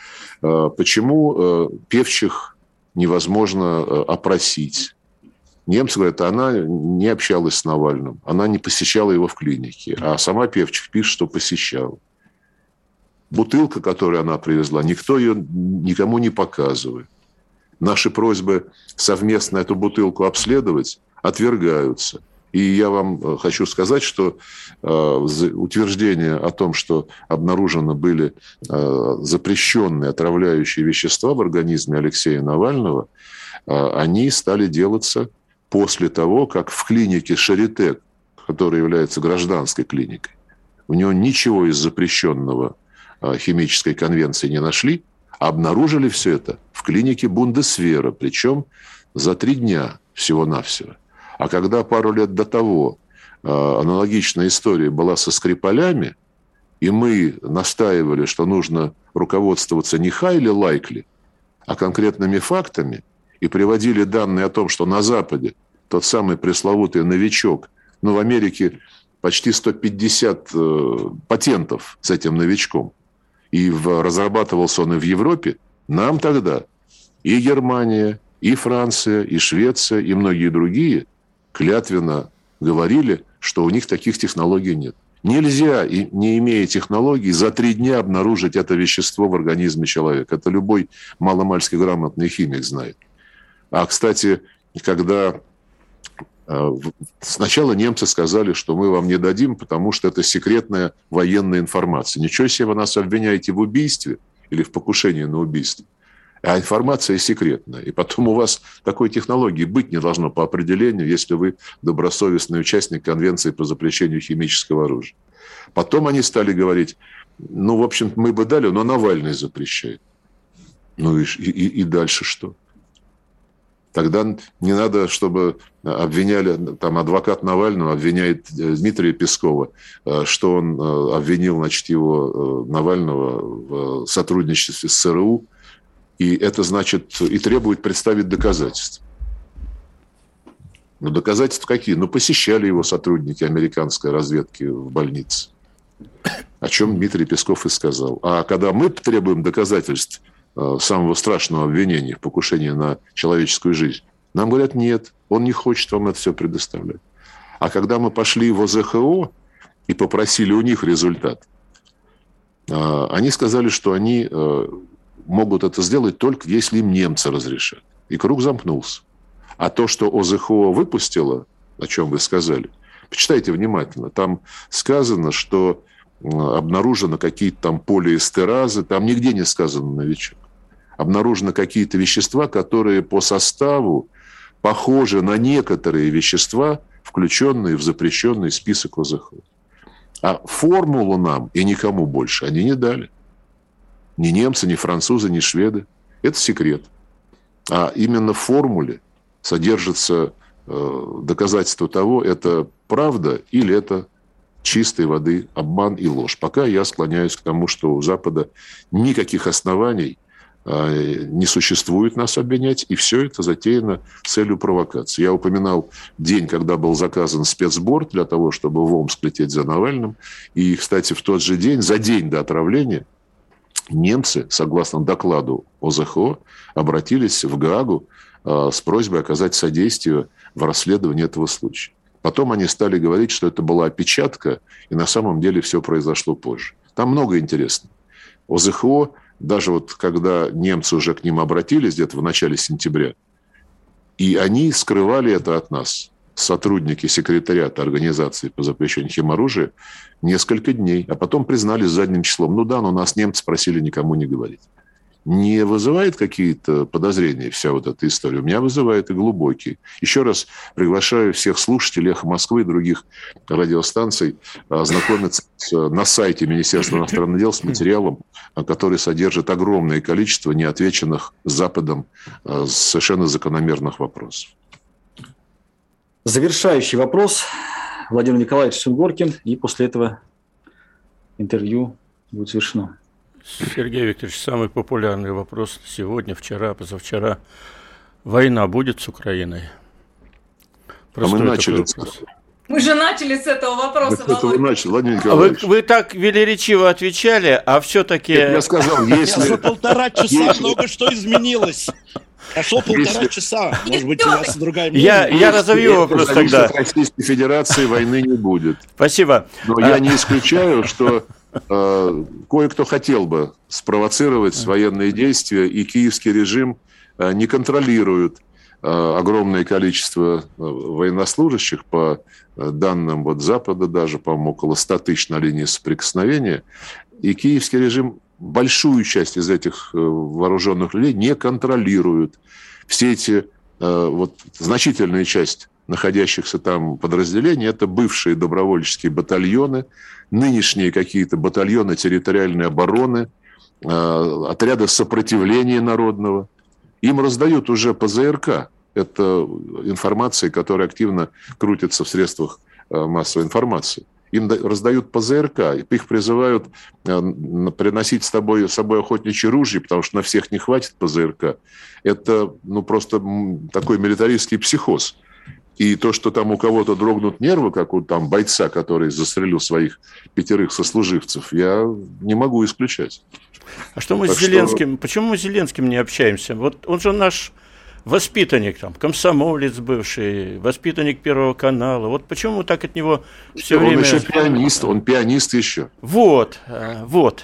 Почему Певчих невозможно опросить? Немцы говорят, она не общалась с Навальным, она не посещала его в клинике, а сама Певчих пишет, что посещала. Бутылка, которую она привезла, никто ее никому не показывает. Наши просьбы совместно эту бутылку обследовать отвергаются. И я вам хочу сказать, что э, утверждение о том, что обнаружены были э, запрещенные отравляющие вещества в организме Алексея Навального, э, они стали делаться после того, как в клинике Шарите, которая является гражданской клиникой, у него ничего из запрещенного э, химической конвенции не нашли, а обнаружили все это в клинике Бундесвера, причем за три дня всего-навсего. А когда пару лет до того э, аналогичная история была со Скрипалями, и мы настаивали, что нужно руководствоваться не хайли лайкли, а конкретными фактами, и приводили данные о том, что на Западе тот самый пресловутый новичок, ну, в Америке почти сто пятьдесят э, патентов с этим новичком, и в, разрабатывался он и в Европе, нам тогда и Германия, и Франция, и Швеция, и многие другие клятвенно говорили, что у них таких технологий нет. Нельзя, не имея технологий, за три дня обнаружить это вещество в организме человека. Это любой маломальски грамотный химик знает. А, кстати, когда сначала немцы сказали, что мы вам не дадим, потому что это секретная военная информация. Ничего себе, вы нас обвиняете в убийстве или в покушении на убийство. А информация секретная. И потом у вас такой технологии быть не должно по определению, если вы добросовестный участник Конвенции по запрещению химического оружия. Потом они стали говорить, ну, в общем, мы бы дали, но Навальный запрещает. Ну и, и, и дальше что? Тогда не надо, чтобы обвиняли, там, адвокат Навального обвиняет Дмитрия Пескова, что он обвинил, значит, его, Навального, в сотрудничестве с ЦРУ, и это, значит, и требует представить доказательства. Ну, доказательства какие? Ну, посещали его сотрудники американской разведки в больнице. О чем Дмитрий Песков и сказал. А когда мы требуем доказательств самого страшного обвинения в покушении на человеческую жизнь, нам говорят, нет, он не хочет вам это все предоставлять. А когда мы пошли в О З Х О и попросили у них результат, они сказали, что они могут это сделать только если им немцы разрешат. И круг замкнулся. А то, что О З Х О выпустило, о чем вы сказали, почитайте внимательно. Там сказано, что обнаружено какие-то там полиэстеразы, там нигде не сказано новичок. Обнаружены какие-то вещества, которые по составу похожи на некоторые вещества, включенные в запрещенный список О З Х О. А формулу нам и никому больше они не дали. Ни немцы, ни французы, ни шведы. Это секрет. А именно в формуле содержится э, доказательство того, это правда или это чистой воды обман и ложь. Пока я склоняюсь к тому, что у Запада никаких оснований э, не существует нас обвинять, и все это затеяно с целью провокации. Я упоминал день, когда был заказан спецборд для того, чтобы в Омск лететь за Навальным. И, кстати, в тот же день, за день до отравления, немцы, согласно докладу О З Х О, обратились в Гаагу э, с просьбой оказать содействие в расследовании этого случая. Потом они стали говорить, что это была опечатка, и на самом деле все произошло позже. Там много интересного. О З Х О, даже вот когда немцы уже к ним обратились где-то в начале сентября, и они скрывали это от нас, сотрудники секретариата Организации по запрещению химоружия, несколько дней, а потом признались задним числом. Ну да, но нас немцы просили никому не говорить. не вызывает какие-то подозрения вся вот эта история? У меня вызывает и глубокие. Еще раз приглашаю всех слушателей «Эхо Москвы» и других радиостанций ознакомиться на сайте Министерства иностранных дел с материалом, который содержит огромное количество неотвеченных Западом совершенно закономерных вопросов. Завершающий вопрос. Владимир Николаевич Сунгоркин. И после этого интервью будет завершено. Сергей Викторович, самый популярный вопрос сегодня, вчера, позавчера. Война будет с Украиной? Простой а мы начали. Мы же начали с этого вопроса, мы с этого начали, Владимир Николаевич. Вы, вы так велеречиво отвечали, а все-таки... Нет, я сказал, если... За полтора часа много что изменилось. Прошло полтора часа. Может быть, у вас другая мнение. Я, я разовью вопрос тогда. В Российской Федерации войны не будет. Спасибо. Но я не исключаю, что э, кое-кто хотел бы спровоцировать военные действия, и киевский режим э, не контролирует э, огромное количество военнослужащих, по данным вот Запада даже, по-моему, около ста тысяч на линии соприкосновения. И киевский режим большую часть из этих вооруженных людей не контролируют. Все эти, вот, значительная часть находящихся там подразделений – это бывшие добровольческие батальоны, нынешние какие-то батальоны территориальной обороны, отряды сопротивления народного. Им раздают уже по зе ер ка. Это информация, которая активно крутится в средствах массовой информации. Им раздают по зе ер ка, их призывают приносить с собой, с собой охотничьи ружья, потому что на всех не хватит по зе ер ка. Это ну, просто такой милитаристский психоз. И то, что там у кого-то дрогнут нервы, как у там, бойца, который застрелил своих пятерых сослуживцев, я не могу исключать. А что мы так с Зеленским, что... почему мы с Зеленским не общаемся? Вот он же наш... воспитанник, там, комсомолец бывший, воспитанник Первого канала. Вот почему мы так от него все он время... Он еще пианист, он пианист еще. Вот, вот.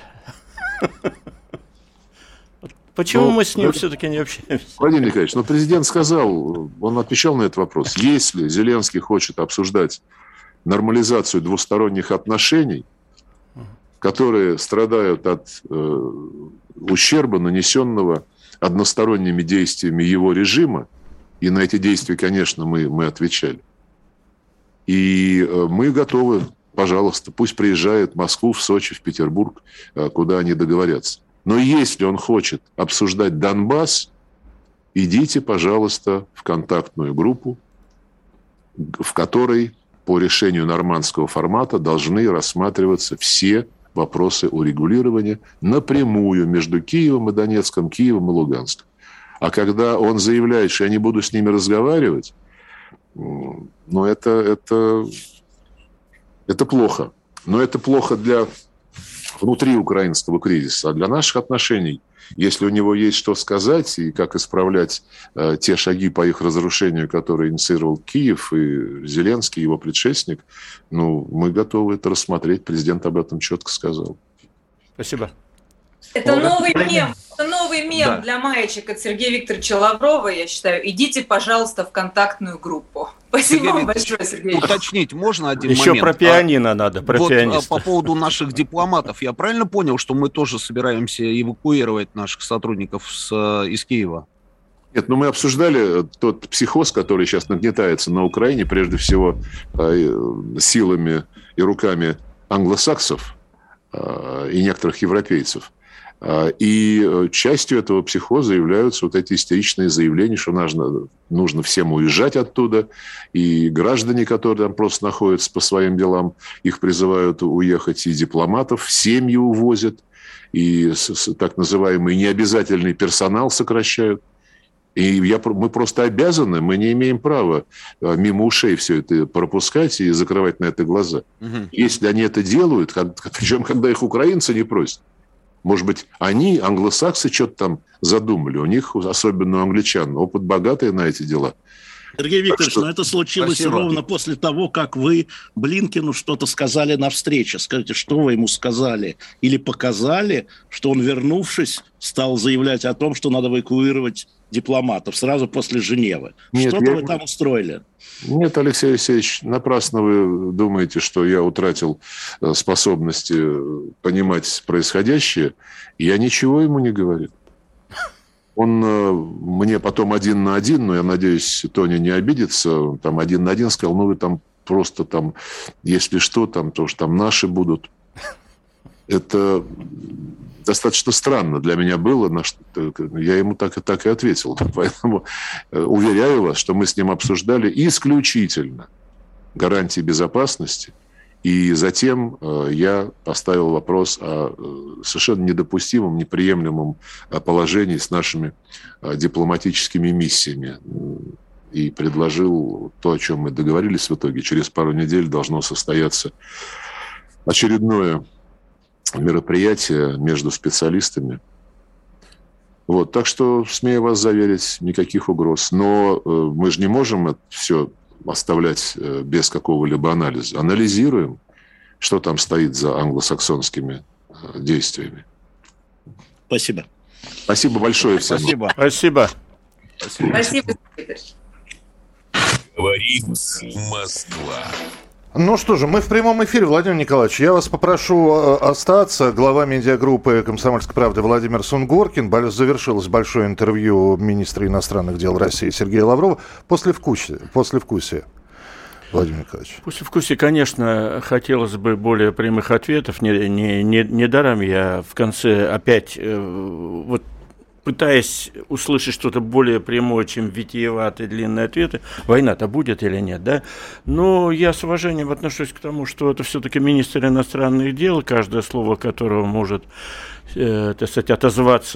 Почему ну, мы с ним это... все-таки не общаемся? Владимир Николаевич, ну, президент сказал, он отвечал на этот вопрос. Если Зеленский хочет обсуждать нормализацию двусторонних отношений, которые страдают от э, ущерба, нанесенного односторонними действиями его режима, и на эти действия, конечно, мы, мы отвечали. И мы готовы, пожалуйста, пусть приезжает в Москву, в Сочи, в Петербург, куда они договорятся. Но если он хочет обсуждать Донбасс, идите, пожалуйста, в контактную группу, в которой по решению нормандского формата должны рассматриваться все вопросы урегулирования напрямую между Киевом и Донецком, Киевом и Луганском. А когда он заявляет, что я не буду с ними разговаривать, ну, это, это, это плохо. Но это плохо для внутри украинского кризиса. А для наших отношений, если у него есть что сказать и как исправлять э, те шаги по их разрушению, которые инициировал Киев и Зеленский, его предшественник, ну, мы готовы это рассмотреть. Президент об этом четко сказал. Спасибо. Это ну, новый это... мем. Это новый мем да. для маечек от Сергея Викторовича Лаврова, я считаю. Идите, пожалуйста, в контактную группу. Спасибо вам большое, Сергей. Уточнить можно один Еще момент? Еще про пианино а, надо, про вот, пианиста. По поводу наших дипломатов. Я правильно понял, что мы тоже собираемся эвакуировать наших сотрудников с, из Киева? Нет, ну мы обсуждали тот психоз, который сейчас нагнетается на Украине, прежде всего силами и руками англосаксов и некоторых европейцев. И частью этого психоза являются вот эти истеричные заявления, что нужно, нужно всем уезжать оттуда. И граждане, которые там просто находятся по своим делам, их призывают уехать, и дипломатов, семьи увозят, и так называемый необязательный персонал сокращают. И я, мы просто обязаны, мы не имеем права мимо ушей все это пропускать и закрывать на это глаза. Угу. Если они это делают, причем когда их украинцы не просят, может быть, они, англосаксы, что-то там задумали. У них, особенно у англичан, опыт богатый на эти дела. Сергей Викторович, что... но это случилось Спасибо. ровно после того, как вы Блинкену что-то сказали на встрече. Скажите, что вы ему сказали? Или показали, что он, вернувшись, стал заявлять о том, что надо эвакуировать дипломатов сразу после Женевы? Нет, Что-то я... вы там устроили? Нет, Алексей Алексеевич, напрасно вы думаете, что я утратил способности понимать происходящее. Я ничего ему не говорил. Он мне потом один на один, но я надеюсь, Тоня не обидится, там один на один сказал, ну вы там просто там, если что, там тоже там наши будут. Это достаточно странно для меня было, на что я ему так и так и ответил. Поэтому уверяю вас, что мы с ним обсуждали исключительно гарантии безопасности. И затем я поставил вопрос о совершенно недопустимом, неприемлемом положении с нашими дипломатическими миссиями. И предложил то, о чем мы договорились в итоге. Через пару недель должно состояться очередное мероприятие между специалистами. Вот. Так что, смею вас заверить, никаких угроз. Но мы же не можем это все оставлять без какого-либо анализа. Анализируем, что там стоит за англосаксонскими действиями. Спасибо. Спасибо большое всем. Спасибо. Спасибо. Спасибо. Говорит Москва. Ну что же, мы в прямом эфире, Владимир Николаевич. Я вас попрошу остаться. Глава медиагруппы «Комсомольской правды» Владимир Сунгоркин. Завершилось большое интервью министра иностранных дел России Сергея Лаврова. Послевкусие. Послевкусие. Владимир Николаевич. Послевкусие, конечно, хотелось бы более прямых ответов. Не, не, не, не даром я в конце опять э, вот пытаясь услышать что-то более прямое, чем витиеватые длинные ответы, война-то будет или нет, да? Но я с уважением отношусь к тому, что это все-таки министр иностранных дел, каждое слово которого может, э, так сказать, отозваться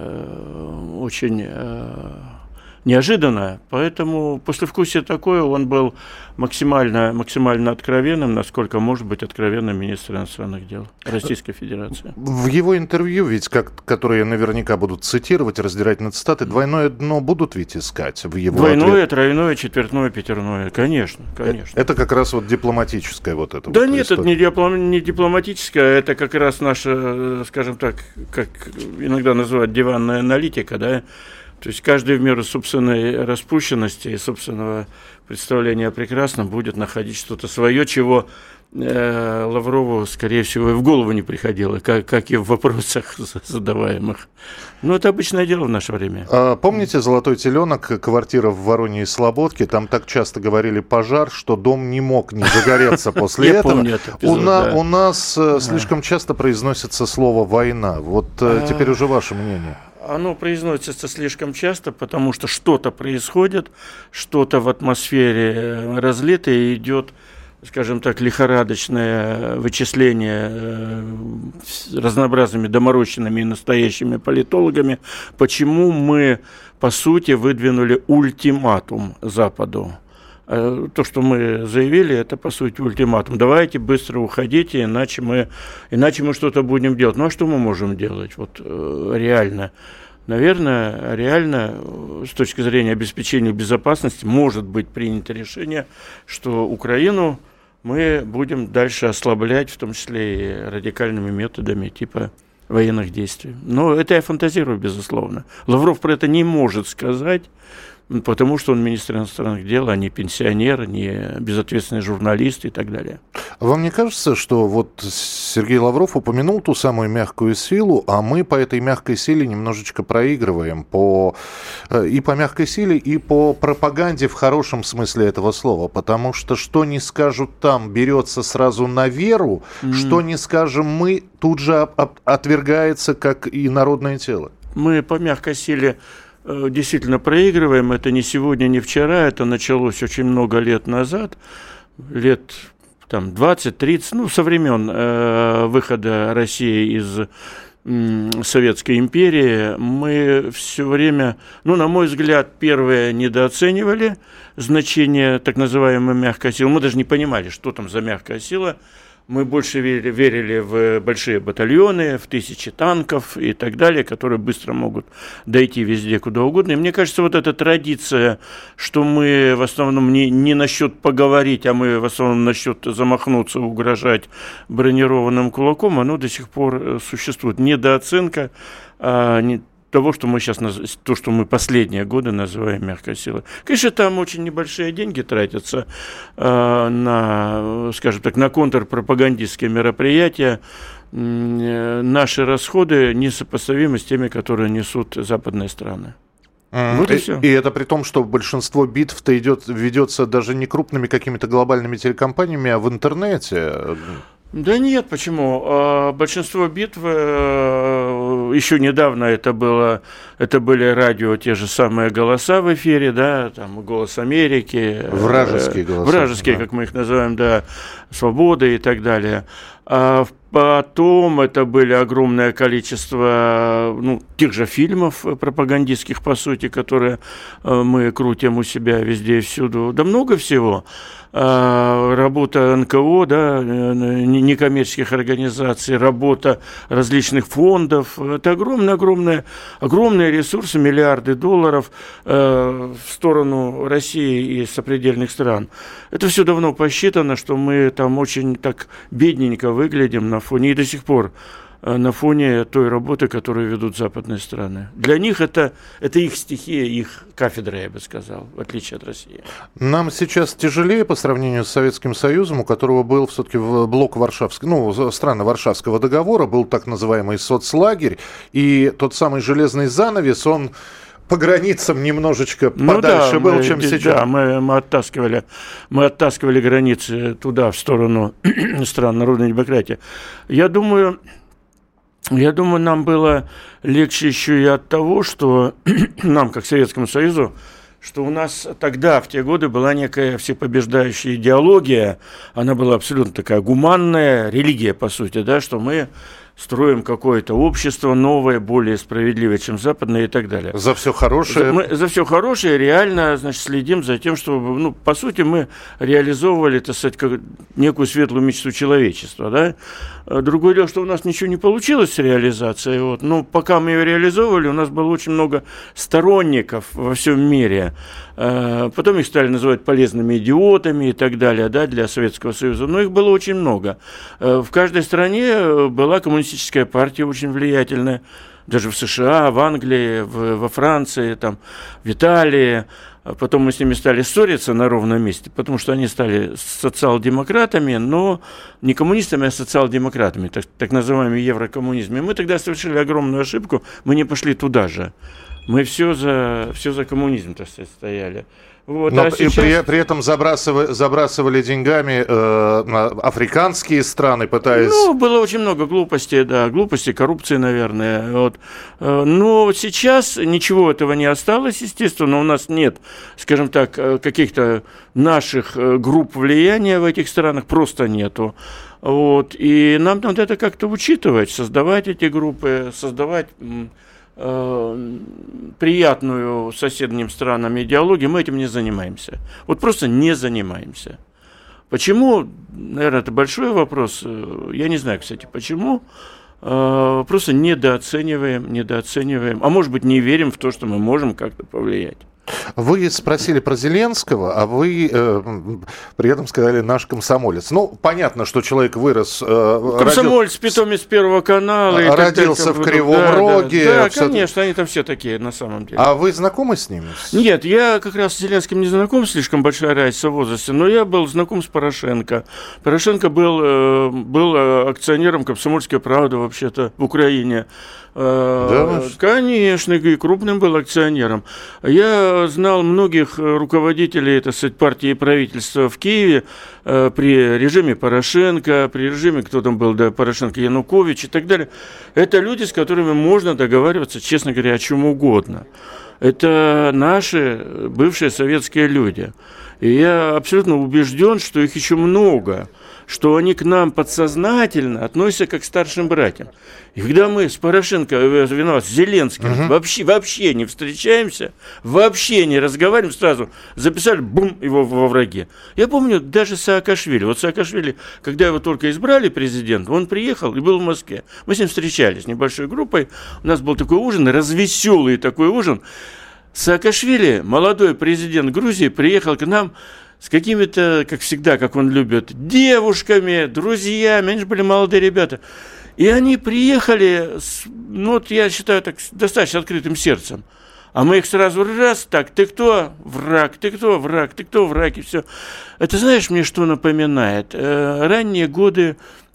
э, очень э, неожиданно, поэтому послевкусие такое, он был максимально, максимально откровенным, насколько может быть откровенным министр иностранных дел Российской Федерации. В его интервью, ведь, как, которые наверняка будут цитировать, раздирать на цитаты, двойное дно будут ведь искать в его Двойное, ответ? тройное, четвертное, пятерное, конечно, конечно. Это как раз вот дипломатическое вот это. Да вот нет, история. это не, диплом, не дипломатическое, это как раз наша, скажем так, как иногда называют диванная аналитика, да. То есть каждый в меру собственной распущенности и собственного представления о прекрасном будет находить что-то свое, чего э, Лаврову, скорее всего, и в голову не приходило, как, как и в вопросах задаваемых. Но это обычное дело в наше время. А, помните «Золотой теленок», квартира в Воронье и Слободке? Там так часто говорили «пожар», что дом не мог не загореться после этого. У нас слишком часто произносится слово «война». Вот теперь уже ваше мнение. Оно произносится слишком часто, потому что что-то происходит, что-то в атмосфере разлито, и идет, скажем так, лихорадочное вычисление разнообразными доморощенными и настоящими политологами, почему мы, по сути, выдвинули ультиматум Западу. То, что мы заявили, это, по сути, ультиматум. Давайте быстро уходите, иначе мы, иначе мы что-то будем делать. Ну, а что мы можем делать? Вот реально. Наверное, реально, с точки зрения обеспечения безопасности, может быть принято решение, что Украину мы будем дальше ослаблять, в том числе и радикальными методами типа военных действий. Но это я фантазирую, безусловно. Лавров про это не может сказать, потому что он министр иностранных дел, а не пенсионер, не безответственный журналист и так далее. Вам не кажется, что вот Сергей Лавров упомянул ту самую мягкую силу, а мы по этой мягкой силе немножечко проигрываем по, и по мягкой силе, и по пропаганде в хорошем смысле этого слова, потому что что не скажут там, берется сразу на веру, mm-hmm. что не скажем мы, тут же отвергается, как и народное тело. Мы по мягкой силе действительно проигрываем. Это не сегодня, не вчера. Это началось очень много лет назад. Лет там, двадцать-тридцать, ну, со времен э, выхода России из э, Советской империи. Мы все время, ну, на мой взгляд, первые недооценивали значение так называемой мягкой силы. Мы даже не понимали, что там за мягкая сила. Мы больше верили, верили в большие батальоны, в тысячи танков и так далее, которые быстро могут дойти везде, куда угодно. И мне кажется, вот эта традиция, что мы в основном не, не насчет поговорить, а мы в основном насчет замахнуться, угрожать бронированным кулаком, оно до сих пор существует. Недооценка а не того, что мы сейчас, то, что мы последние годы называем мягкой силой. Конечно, там очень небольшие деньги тратятся э, на, скажем так, на контрпропагандистские мероприятия, наши расходы несопоставимы с теми, которые несут западные страны. Mm. Вот и, и все. И это при том, что большинство битв-то идет, ведется даже не крупными какими-то глобальными телекомпаниями, а в интернете. Да нет, почему? Большинство битв, еще недавно это было, это были радио, те же самые голоса в эфире, да, там «Голос Америки». Вражеские голоса. Вражеские, да. Как мы их называем, да, «Свобода» и так далее. А потом это были огромное количество, ну, тех же фильмов пропагандистских, по сути, которые мы крутим у себя везде и всюду. Да много всего. Работа эн ка о, да, некоммерческих организаций, работа различных фондов. Это огромные-огромные огромные ресурсы, миллиарды долларов в сторону России и сопредельных стран. Это все давно посчитано, что мы там очень так бедненько выглядим на фоне, и до сих пор на фоне той работы, которую ведут западные страны. Для них это, это их стихия, их кафедра, я бы сказал, в отличие от России. Нам сейчас тяжелее по сравнению с Советским Союзом, у которого был все-таки блок Варшавского, ну, страны Варшавского договора, был так называемый соцлагерь, и тот самый железный занавес, он по границам немножечко ну подальше да, был, мы, чем да, сейчас. Да, мы, мы, оттаскивали, мы оттаскивали границы туда, в сторону стран народной демократии. Я думаю... Я думаю, нам было легче еще и от того, что нам, как Советскому Союзу, что у нас тогда, в те годы, была некая всепобеждающая идеология, она была абсолютно такая гуманная религия, по сути, да, что мы строим какое-то общество новое, более справедливое, чем западное и так далее. За все хорошее. За, мы, за все хорошее реально, значит, следим за тем, чтобы, ну, по сути, мы реализовывали, так сказать, как некую светлую мечту человечества, да. Другое дело, что у нас ничего не получилось с реализацией, вот. Но пока мы ее реализовывали, у нас было очень много сторонников во всем мире. Потом их стали называть полезными идиотами и так далее, да, для Советского Союза. Но их было очень много. В каждой стране была коммунистическая партия очень влиятельная. Даже в США, в Англии, в, во Франции, там, в Италии. Потом мы с ними стали ссориться на ровном месте, потому что они стали социал-демократами, но не коммунистами, а социал-демократами, так, так называемый еврокоммунизм. И мы тогда совершили огромную ошибку, мы не пошли туда же. Мы все за, все за коммунизм, так сказать, стояли. Вот, Но а и сейчас... при, при этом забрасывали, забрасывали деньгами э, африканские страны, пытаясь... Ну, было очень много глупостей, да, глупостей, коррупции, наверное. Вот. Но сейчас ничего этого не осталось, естественно, у нас нет, скажем так, каких-то наших групп влияния в этих странах, просто нету. Вот. И нам надо это как-то учитывать, создавать эти группы, создавать... приятную соседним странам идеологию, мы этим не занимаемся. Вот просто не занимаемся. Почему? Наверное, это большой вопрос. Я не знаю, кстати, почему. Просто недооцениваем, недооцениваем. А может быть, не верим в то, что мы можем как-то повлиять. Вы спросили про Зеленского, а вы э, при этом сказали «наш комсомолец». Ну, понятно, что человек вырос... Э, комсомолец, родил... питомец Первого канала. И родился так, в Кривом да, Роге. Да, да все... конечно, они там все такие, на самом деле. А вы знакомы с ними? Нет, я как раз с Зеленским не знаком, слишком большая разница в возрасте, но я был знаком с Порошенко. Порошенко был, э, был акционером «Комсомольской правды» вообще-то в Украине. Да? Конечно, и крупным был акционером. Я знал многих руководителей, так сказать, партии и правительства в Киеве э, при режиме Порошенко, при режиме, кто там был, да, Порошенко, Янукович и так далее. Это люди, с которыми можно договариваться, честно говоря, о чем угодно. Это наши бывшие советские люди. И я абсолютно убежден, что их еще много, что они к нам подсознательно относятся как к старшим братьям. И когда мы с Порошенко, виноват, с Зеленским uh-huh. вообще, вообще не встречаемся, вообще не разговариваем, сразу записали, бум, его во враге. Я помню даже Саакашвили. Вот Саакашвили, когда его только избрали президентом, он приехал и был в Москве. Мы с ним встречались с небольшой группой. У нас был такой ужин, развеселый такой ужин. Саакашвили, молодой президент Грузии, приехал к нам с какими-то, как всегда, как он любит, девушками, друзьями, они же были молодые ребята. И они приехали, с, ну вот я считаю, так, достаточно открытым сердцем. А мы их сразу раз, так, ты кто? Враг, ты кто? Враг, ты кто? Враг, и все. Это знаешь, мне что напоминает? Э, ранние годы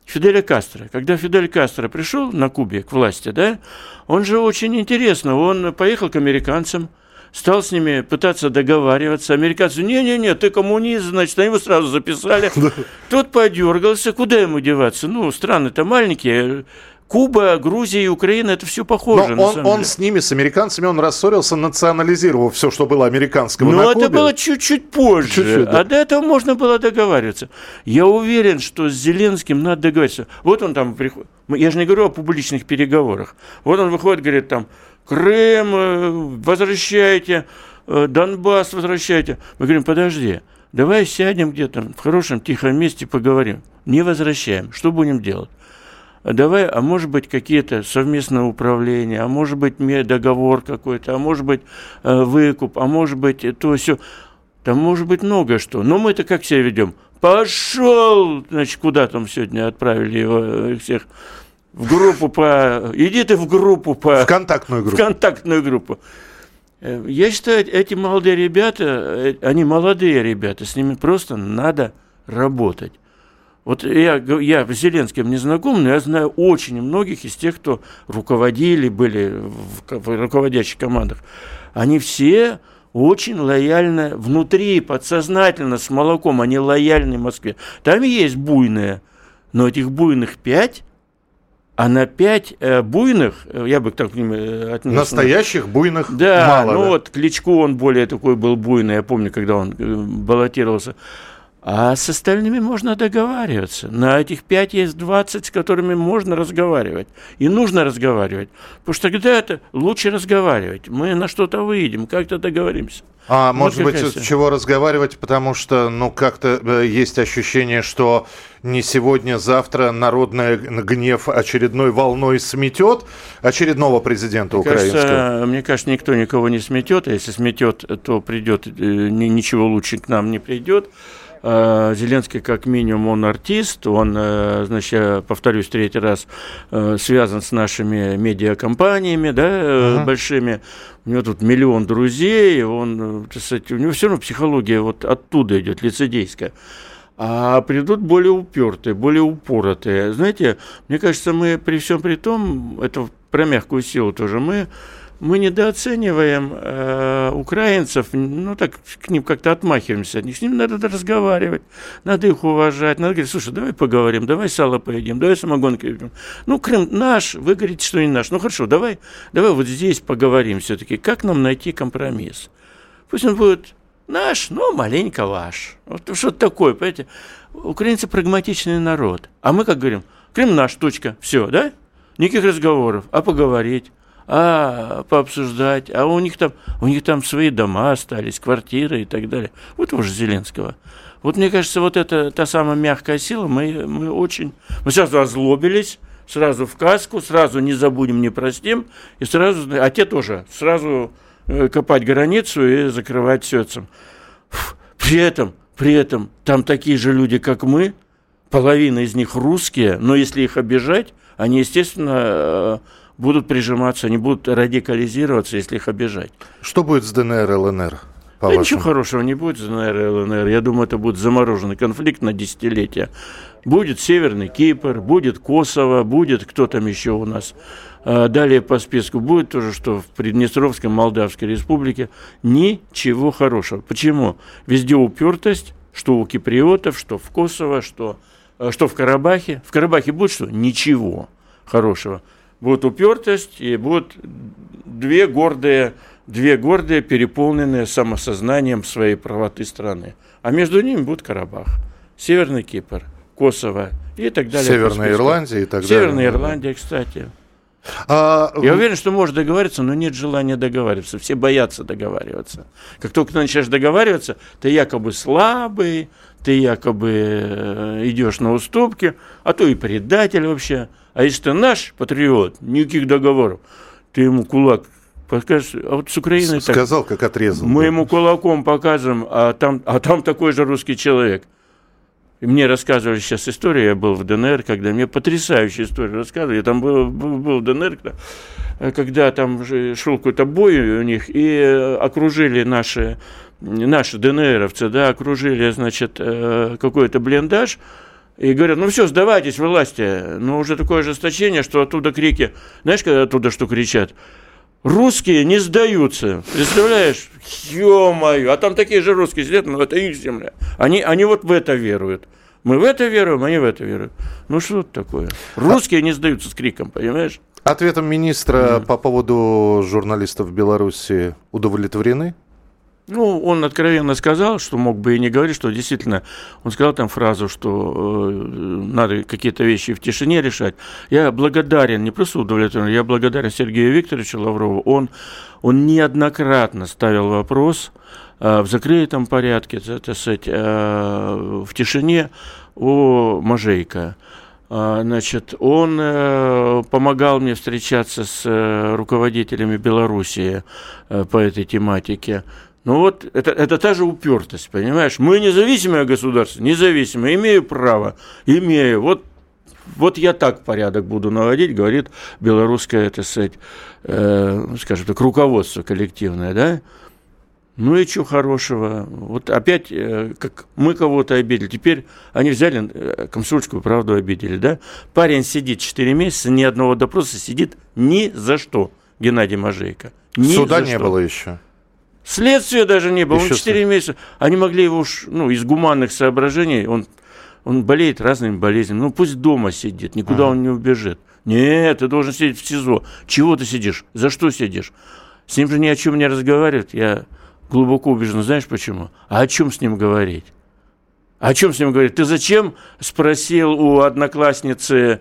Фиделя Кастро. Когда Фидель Кастро пришел на Кубе к власти, да, он же очень интересно, он поехал к американцам, стал с ними пытаться договариваться. Американцы, не-не-не, ты коммунист, значит, они его сразу записали. Тот подергался, куда ему деваться? Ну, страны-то маленькие. Куба, Грузия и Украина, это все похоже. Но он, он с ними, с американцами, он рассорился, национализировав все, что было американского Но на Кубе. это было чуть-чуть позже. Чуть-чуть, да. А до этого можно было договариваться. Я уверен, что с Зеленским надо договориться. Вот он там приходит. Я же не говорю о публичных переговорах. Вот он выходит, говорит там, Крым возвращайте, Донбасс возвращайте. Мы говорим, подожди, давай сядем где-то в хорошем тихом месте поговорим. Не возвращаем. Что будем делать? Давай, а может быть, какие-то совместное управление, а может быть, договор какой-то, а может быть, выкуп, а может быть, то все. Там может быть много что. Но мы-то как себя ведем? Пошел, значит, куда там сегодня отправили его всех? В группу по... Иди ты в группу по... В контактную группу. В контактную группу. Я считаю, эти молодые ребята, они молодые ребята, с ними просто надо работать. Вот я, я с Зеленским не знаком, но я знаю очень многих из тех, кто руководили, были в, в руководящих командах. Они все очень лояльны внутри, подсознательно, с молоком, они лояльны Москве. Там есть буйные, но этих буйных пять, а на пять э, буйных, я бы так к ним отнес. Настоящих буйных да, мало. Ну да? вот Кличко, он более такой был буйный, я помню, когда он баллотировался. А с остальными можно договариваться. На этих пять есть двадцать, с которыми можно разговаривать. И нужно разговаривать. Потому что тогда это лучше разговаривать. Мы на что-то выйдем, как-то договоримся. А вот может быть, с чего разговаривать? Потому что, ну, как-то э, есть ощущение, что не сегодня, завтра народный гнев очередной волной сметет очередного президента мне украинского. Кажется, мне кажется, никто никого не сметет. А если сметет, то придет, э, ничего лучше к нам не придет. Зеленский, как минимум, он артист, он, значит, я повторюсь третий раз, связан с нашими медиакомпаниями, да, uh-huh. большими. У него тут миллион друзей, он, кстати, у него все равно психология вот оттуда идет, лицедейская. А придут более упертые, более упоротые. Знаете, мне кажется, мы при всем при том, это про мягкую силу тоже, мы Мы недооцениваем э, украинцев, ну так к ним как-то отмахиваемся от них. С ними надо разговаривать, надо их уважать. Надо говорить, слушай, давай поговорим, давай сало поедим, давай самогонку пьем. Ну, Крым наш, вы говорите, что не наш. Ну, хорошо, давай, давай вот здесь поговорим все-таки. Как нам найти компромисс? Пусть он будет наш, но маленько ваш. Вот что-то такое, понимаете? Украинцы прагматичный народ. А мы как говорим, Крым наш, точка, все, да? Никаких разговоров, а поговорить. А пообсуждать, а у них там, у них там свои дома остались, квартиры и так далее. Вот уже Зеленского. Вот мне кажется, вот это та самая мягкая сила, мы, мы очень, мы сразу озлобились, сразу в каску, сразу не забудем, не простим, и сразу, а те тоже, сразу копать границу и закрывать сетцем. При этом, при этом там такие же люди, как мы, половина из них русские, но если их обижать, они, естественно, будут прижиматься, они будут радикализироваться, если их обижать. Что будет с ДНР, ЛНР? Да ничего хорошего не будет с ДНР и ЛНР. Я думаю, это будет замороженный конфликт на десятилетия. Будет Северный Кипр, будет Косово, будет кто там еще у нас. Далее по списку будет тоже, что в Приднестровской Молдавской Республике. Ничего хорошего. Почему? Везде упертость, что у киприотов, что в Косово, что, что в Карабахе. В Карабахе будет что? Ничего хорошего. Будет упертость, и будут две гордые, две гордые, переполненные самосознанием своей правоты страны. А между ними будет Карабах, Северный Кипр, Косово и так далее. Северная Ирландия и так далее. Северная Ирландия, кстати. А, Я уверен, что можно договариваться, но нет желания договариваться. Все боятся договариваться. Как только ты начинаешь договариваться, ты якобы слабый, ты якобы идешь на уступки, а то и предатель вообще. А если ты наш патриот, никаких договоров, ты ему кулак покажешь. А вот с Украиной так. Сказал, как отрезал. Мы ему кулаком показываем, а там, а там такой же русский человек. И мне рассказывали сейчас историю, я был в ДНР, когда мне потрясающую историю рассказывали. Я там был, был, был в ДНР, когда, когда там шел какой-то бой у них, и окружили наши, наши ДНРовцы, да, окружили, значит, какой-то блиндаж. И говорят, ну все, сдавайтесь, вы власти. Но уже такое ожесточение, что оттуда крики, знаешь, когда оттуда что кричат? Русские не сдаются. Представляешь? Ё-моё. А там такие же русские сидят, но это их земля. Они, они вот в это веруют. Мы в это веруем, они в это веруют. Ну что это такое? Русские не сдаются с криком, понимаешь? Ответом министра mm. по поводу журналистов в Беларуси удовлетворены? Ну, он откровенно сказал, что мог бы и не говорить, что действительно, он сказал там фразу, что э, надо какие-то вещи в тишине решать. Я благодарен, не просто удовлетворен, я благодарен Сергею Викторовичу Лаврову. Он, он неоднократно ставил вопрос э, в закрытом порядке, так сказать, э, в тишине о Можейко. Э, значит, он э, помогал мне встречаться с э, руководителями Белоруссии э, по этой тематике. Ну вот, это, это та же упертость, понимаешь? Мы независимое государство, независимое, имею право, имею. Вот, вот я так порядок буду наводить, говорит белорусское, так сказать, э, скажем так, руководство коллективное, да? Ну и что хорошего? Вот опять, э, как мы кого-то обидели, теперь они взяли э, «Комсомольскую правду» обидели, да? Парень сидит четыре месяца, ни одного допроса, сидит ни за что, Геннадий Можейко. Ни Суда за не что. было еще. Следствия даже не было. Еще он четыре месяца. Они могли его, ну, из гуманных соображений, он, он болеет разными болезнями. Ну, пусть дома сидит, никуда ага. он не убежит. Нет, ты должен сидеть в СИЗО. Чего ты сидишь? За что сидишь? С ним же ни о чем не разговаривают. Я глубоко убежден. Знаешь почему? А о чем с ним говорить? О чем с ним говорить? Ты зачем спросил у одноклассницы,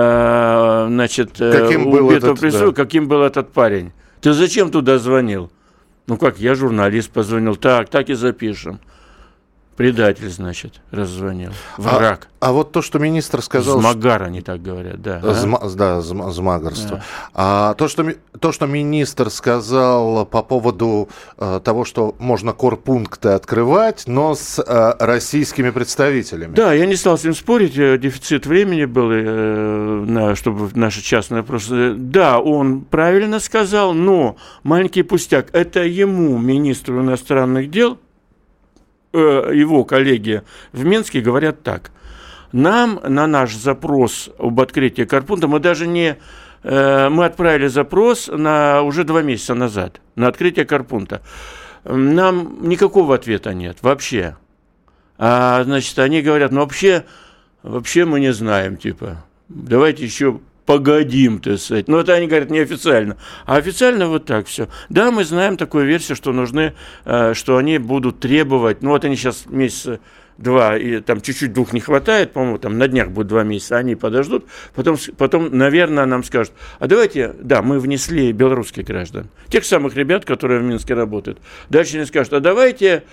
э, значит, каким у был этот, присутствия, да. каким был этот парень? Ты зачем туда звонил? Ну как, я журналист, позвонил. Так, так и запишем. Предатель, значит, раззвонил. Враг. А, а вот то, что министр сказал... Змагар, что... они так говорят, да. Зма... А? Да, зм... змагарство. Да. А то что, то, что министр сказал по поводу э, того, что можно корпункты открывать, но с э, российскими представителями. Да, я не стал с ним спорить, дефицит времени был, э, на, чтобы наше частное просто... Да, он правильно сказал, но маленький пустяк. Это ему, министру иностранных дел, его коллеги в Минске говорят так. Нам на наш запрос об открытии корпункта, мы даже не... Мы отправили запрос на, уже два месяца назад на открытие корпункта. Нам никакого ответа нет вообще. А, значит, они говорят, ну вообще, вообще мы не знаем, типа, давайте еще... погодим, так сказать. Но это они говорят неофициально. А официально вот так все. Да, мы знаем такую версию, что нужны, что они будут требовать, ну вот они сейчас месяца два, и там чуть-чуть двух не хватает, по-моему, там на днях будет два месяца, они подождут, потом, потом, наверное, нам скажут, а давайте, да, мы внесли белорусских граждан, тех самых ребят, которые в Минске работают. Дальше они скажут, а давайте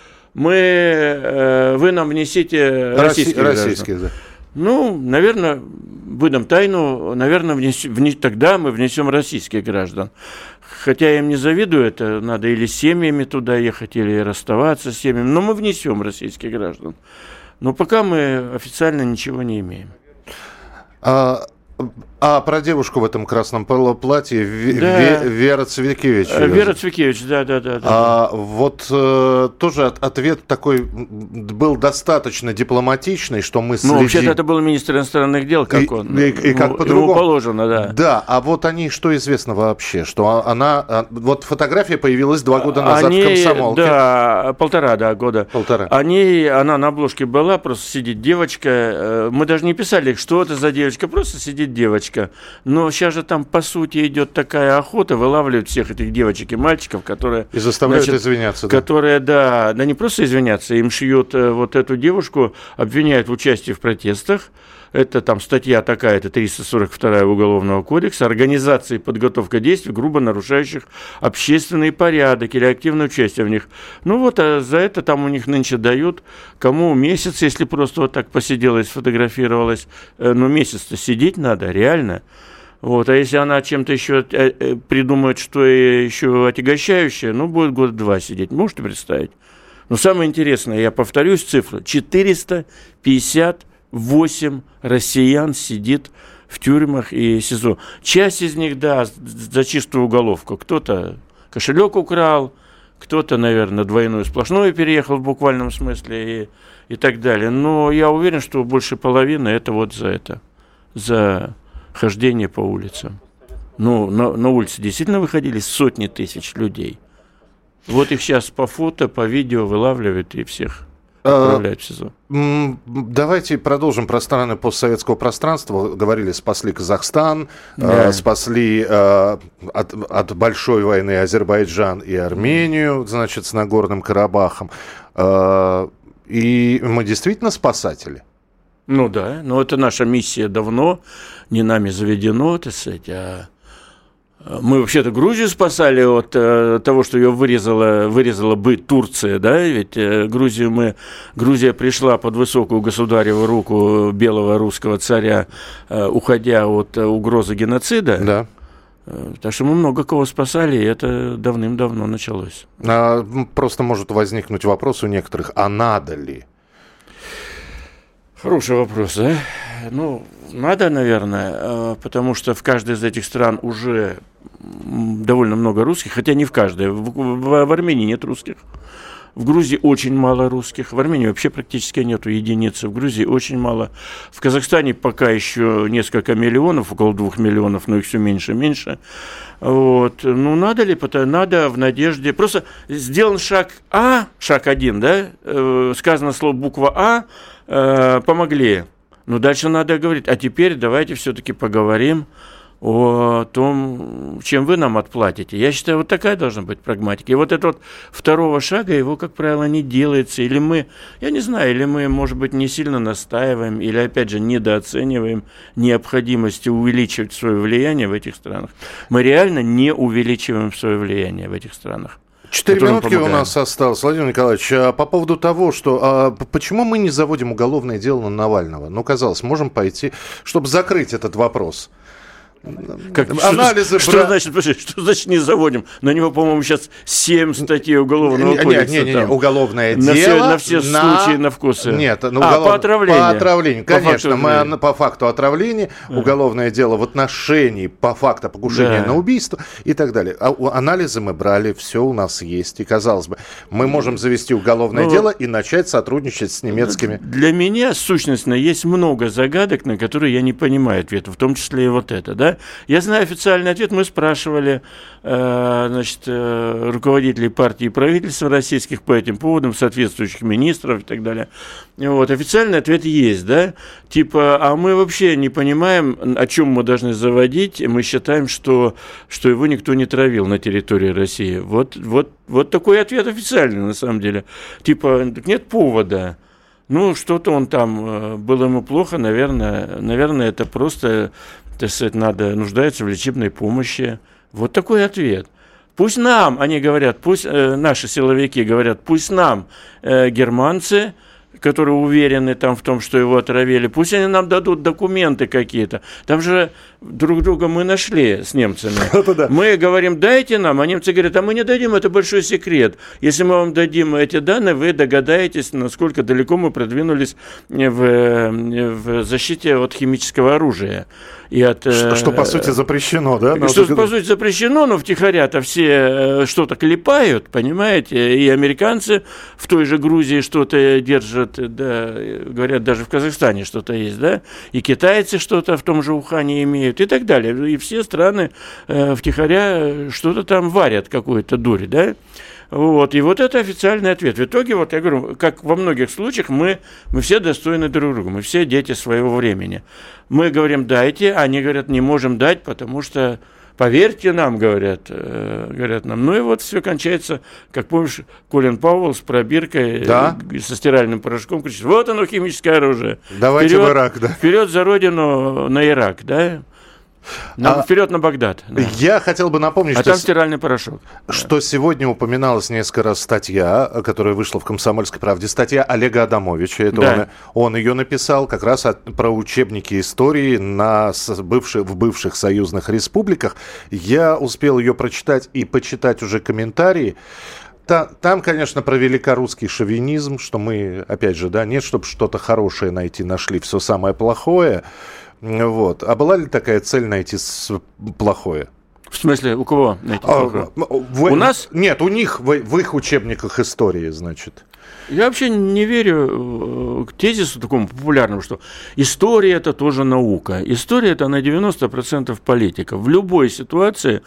мы, вы нам внесите российских граждан. Российских, да. Ну, наверное, выдам тайну, наверное, внес, внес, тогда мы внесем российских граждан. Хотя я им не завидую, это надо или с семьями туда ехать, или расставаться с семьями, но мы внесем российских граждан. Но пока мы официально ничего не имеем. А... А про девушку в этом красном платье, да. Вера Цвикевич. Вера Цвикевич, да, да, да. А, да. Вот э, тоже от, ответ такой был достаточно дипломатичный, что мы следим. Ну, вообще-то это был министр иностранных дел, как и, он. И, и как ему, по-другому. Ему положено, да. Да, а вот о ней что известно вообще? Что она, вот фотография появилась два года назад они, в «Комсомолке». Да, полтора, да, года. Полтора. Они, она на обложке была, просто сидит девочка. Мы даже не писали, что это за девочка, просто сидит девочка. Но сейчас же там, по сути, идет такая охота, вылавливают всех этих девочек и мальчиков, которые... И заставляют значит, извиняться, да? Которые, да, да не просто извиняться, им шьют вот эту девушку, обвиняют в участии в протестах. Это там статья такая-то, триста сорок вторая Уголовного кодекса, организация и подготовка действий, грубо нарушающих общественный порядок или активное участие в них. Ну вот, а за это там у них нынче дают, кому месяц, если просто вот так посидела и сфотографировалась, ну месяц-то сидеть надо, реально. Вот, а если она чем-то еще придумает, что еще отягощающее, ну будет года два сидеть, можете представить? Но самое интересное, я повторюсь цифру, четыреста пятьдесят восемь россиян сидит в тюрьмах и СИЗО. Часть из них, да, за чистую уголовку. Кто-то кошелек украл, кто-то, наверное, двойное сплошное переехал в буквальном смысле и, и так далее. Но я уверен, что больше половины это вот за это, за хождение по улицам. Ну, на, на улице действительно выходили сотни тысяч людей. Вот их сейчас по фото, по видео вылавливают и всех отправляют в СИЗО. Давайте продолжим про страны постсоветского пространства. Говорили, спасли Казахстан, да. э, спасли э, от, от большой войны Азербайджан и Армению, значит, с Нагорным Карабахом. Э, и мы действительно спасатели? Ну да, но это наша миссия давно, не нами заведено, так сказать, а... Мы вообще-то Грузию спасали от э, того, что ее вырезала, вырезала бы Турция, да, ведь э, Грузию мы, Грузия пришла под высокую государеву руку белого русского царя, э, уходя от э, угрозы геноцида. Да. Э, так что мы много кого спасали, и это давным-давно началось. А, просто может возникнуть вопрос у некоторых, а надо ли? Хороший вопрос, да? Ну, надо, наверное, потому что в каждой из этих стран уже довольно много русских, хотя не в каждой. В, в, в Армении нет русских. В Грузии очень мало русских. В Армении вообще практически нету, единицы. В Грузии очень мало. В Казахстане пока еще несколько миллионов, около двух миллионов, но их все меньше и меньше. Вот. Ну, надо ли? Надо в надежде. Просто сделан шаг А, шаг один, да? Э, сказано слово буква А, э, помогли. Но дальше надо говорить, а теперь давайте все-таки поговорим о том, чем вы нам отплатите. Я считаю, вот такая должна быть прагматика. И вот это вот второго шага, его, как правило, не делается. Или мы, я не знаю, или мы, может быть, не сильно настаиваем, или, опять же, недооцениваем необходимости увеличивать свое влияние в этих странах. Мы реально не увеличиваем свое влияние в этих странах. Четыре минутки у нас осталось. Владимир Николаевич, а по поводу того, что а, почему мы не заводим уголовное дело на Навального? Ну, казалось, можем пойти, чтобы закрыть этот вопрос. Как, анализы что, бра... что, значит, подожди, что значит не заводим? На него, по-моему, сейчас семь статей уголовного не, кодекса. Нет, нет, нет, уголовное на дело. Все, на все на... случаи, на вкусы. Нет, ну, а, уголов... по отравлению. По отравлению, конечно. По факту... Мы по факту отравления, а. уголовное дело в отношении по факту покушения да. на убийство и так далее. А анализы мы брали, все у нас есть. И, казалось бы, мы можем завести уголовное ну, дело и начать сотрудничать с немецкими. Для меня, сущностно, есть много загадок, на которые я не понимаю ответа, в том числе и вот это, да. Я знаю официальный ответ, мы спрашивали э, значит, э, руководителей партии и правительства российских по этим поводам, соответствующих министров и так далее. Вот, официальный ответ есть, да, типа, а мы вообще не понимаем, о чем мы должны заводить, мы считаем, что, что его никто не травил на территории России. Вот, вот, вот такой ответ официальный, на самом деле. Типа, нет повода. Ну, что-то он там, было ему плохо, наверное, наверное, это просто... так сказать, надо, нуждается в лечебной помощи. Вот такой ответ. Пусть нам, они говорят, пусть э, наши силовики говорят, пусть нам э, германцы, которые уверены там в том, что его отравили, пусть они нам дадут документы какие-то. Там же друг друга мы нашли с немцами. Мы говорим, дайте нам, а немцы говорят, а мы не дадим, это большой секрет. Если мы вам дадим эти данные, вы догадаетесь, насколько далеко мы продвинулись в, в защите от химического оружия. И от, что, что, по сути, запрещено, да? Что, по сути, запрещено, но втихаря-то все что-то клепают, понимаете? И американцы в той же Грузии что-то держат, да, говорят, даже в Казахстане что-то есть, да? И китайцы что-то в том же Ухане имеют и так далее. И все страны э, втихаря что-то там варят, какую-то дурь, да? Вот, и вот это официальный ответ. В итоге, вот я говорю, как во многих случаях, мы, мы все достойны друг друга, мы все дети своего времени. Мы говорим, дайте, а они говорят, не можем дать, потому что, поверьте нам, говорят, э, говорят нам. Ну и вот все кончается, как помнишь, Колин Пауэлл с пробиркой, да? э, со стиральным порошком кричит, вот оно, химическое оружие. Давайте вперед, в Ирак, да. Вперед за родину на Ирак, да? На, а, вперед на Багдад. Да. Я хотел бы напомнить, а что, там стиральный порошок. Что да. сегодня упоминалась несколько раз статья, которая вышла в «Комсомольской правде», статья Олега Адамовича. Это да. он, он ее написал как раз от, про учебники истории на бывших, в бывших союзных республиках. Я успел ее прочитать и почитать уже комментарии. Там, конечно, про великорусский шовинизм, что мы, опять же, да, нет, чтобы что-то хорошее найти, нашли все самое плохое. Вот. А была ли такая цель найти плохое? В смысле, у кого? А, в, у нас? Нет, у них в, в их учебниках истории, значит. Я вообще не верю к тезису такому популярному, что история – это тоже наука. История – это на девяносто процентов политика. В любой ситуации,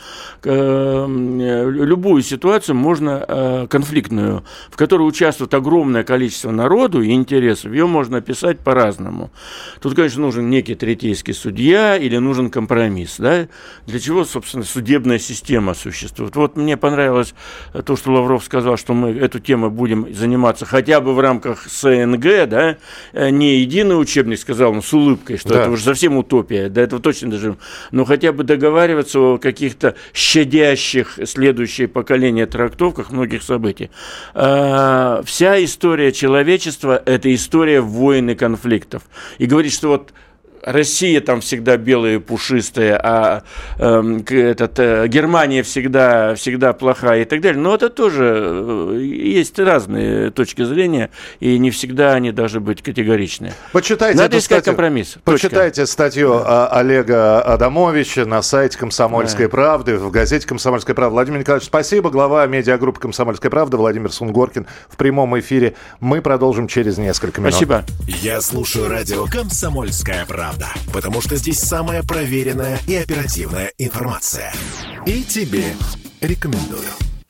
любую ситуацию можно, конфликтную, в которой участвует огромное количество народу и интересов, ее можно описать по-разному. Тут, конечно, нужен некий третейский судья или нужен компромисс. Да? Для чего, собственно, судебная система существует. Вот мне понравилось то, что Лавров сказал, что мы эту тему будем заниматься хотя бы в рамках СНГ, да, не единый учебник, сказал он с улыбкой, что да. Это уже совсем утопия, до этого точно доживем, но хотя бы договариваться о каких-то щадящих следующее поколение трактовках многих событий. А, вся история человечества – это история войн и конфликтов. И говорить, что вот Россия там всегда белая и пушистая, а э, этот, э, Германия всегда, всегда плохая и так далее. Но это тоже э, есть разные точки зрения, и не всегда они должны быть категоричны. Почитайте Надо искать статью, компромисс. Почитайте Точка. статью а, Олега Адамовича на сайте «Комсомольской да. правды», в газете «Комсомольская правда». Владимир Николаевич, спасибо. Глава медиагруппы «Комсомольская правда» Владимир Сунгоркин в прямом эфире. Мы продолжим через несколько минут. Спасибо. Я слушаю радио «Комсомольская правда», потому что здесь самая проверенная и оперативная информация. И тебе рекомендую.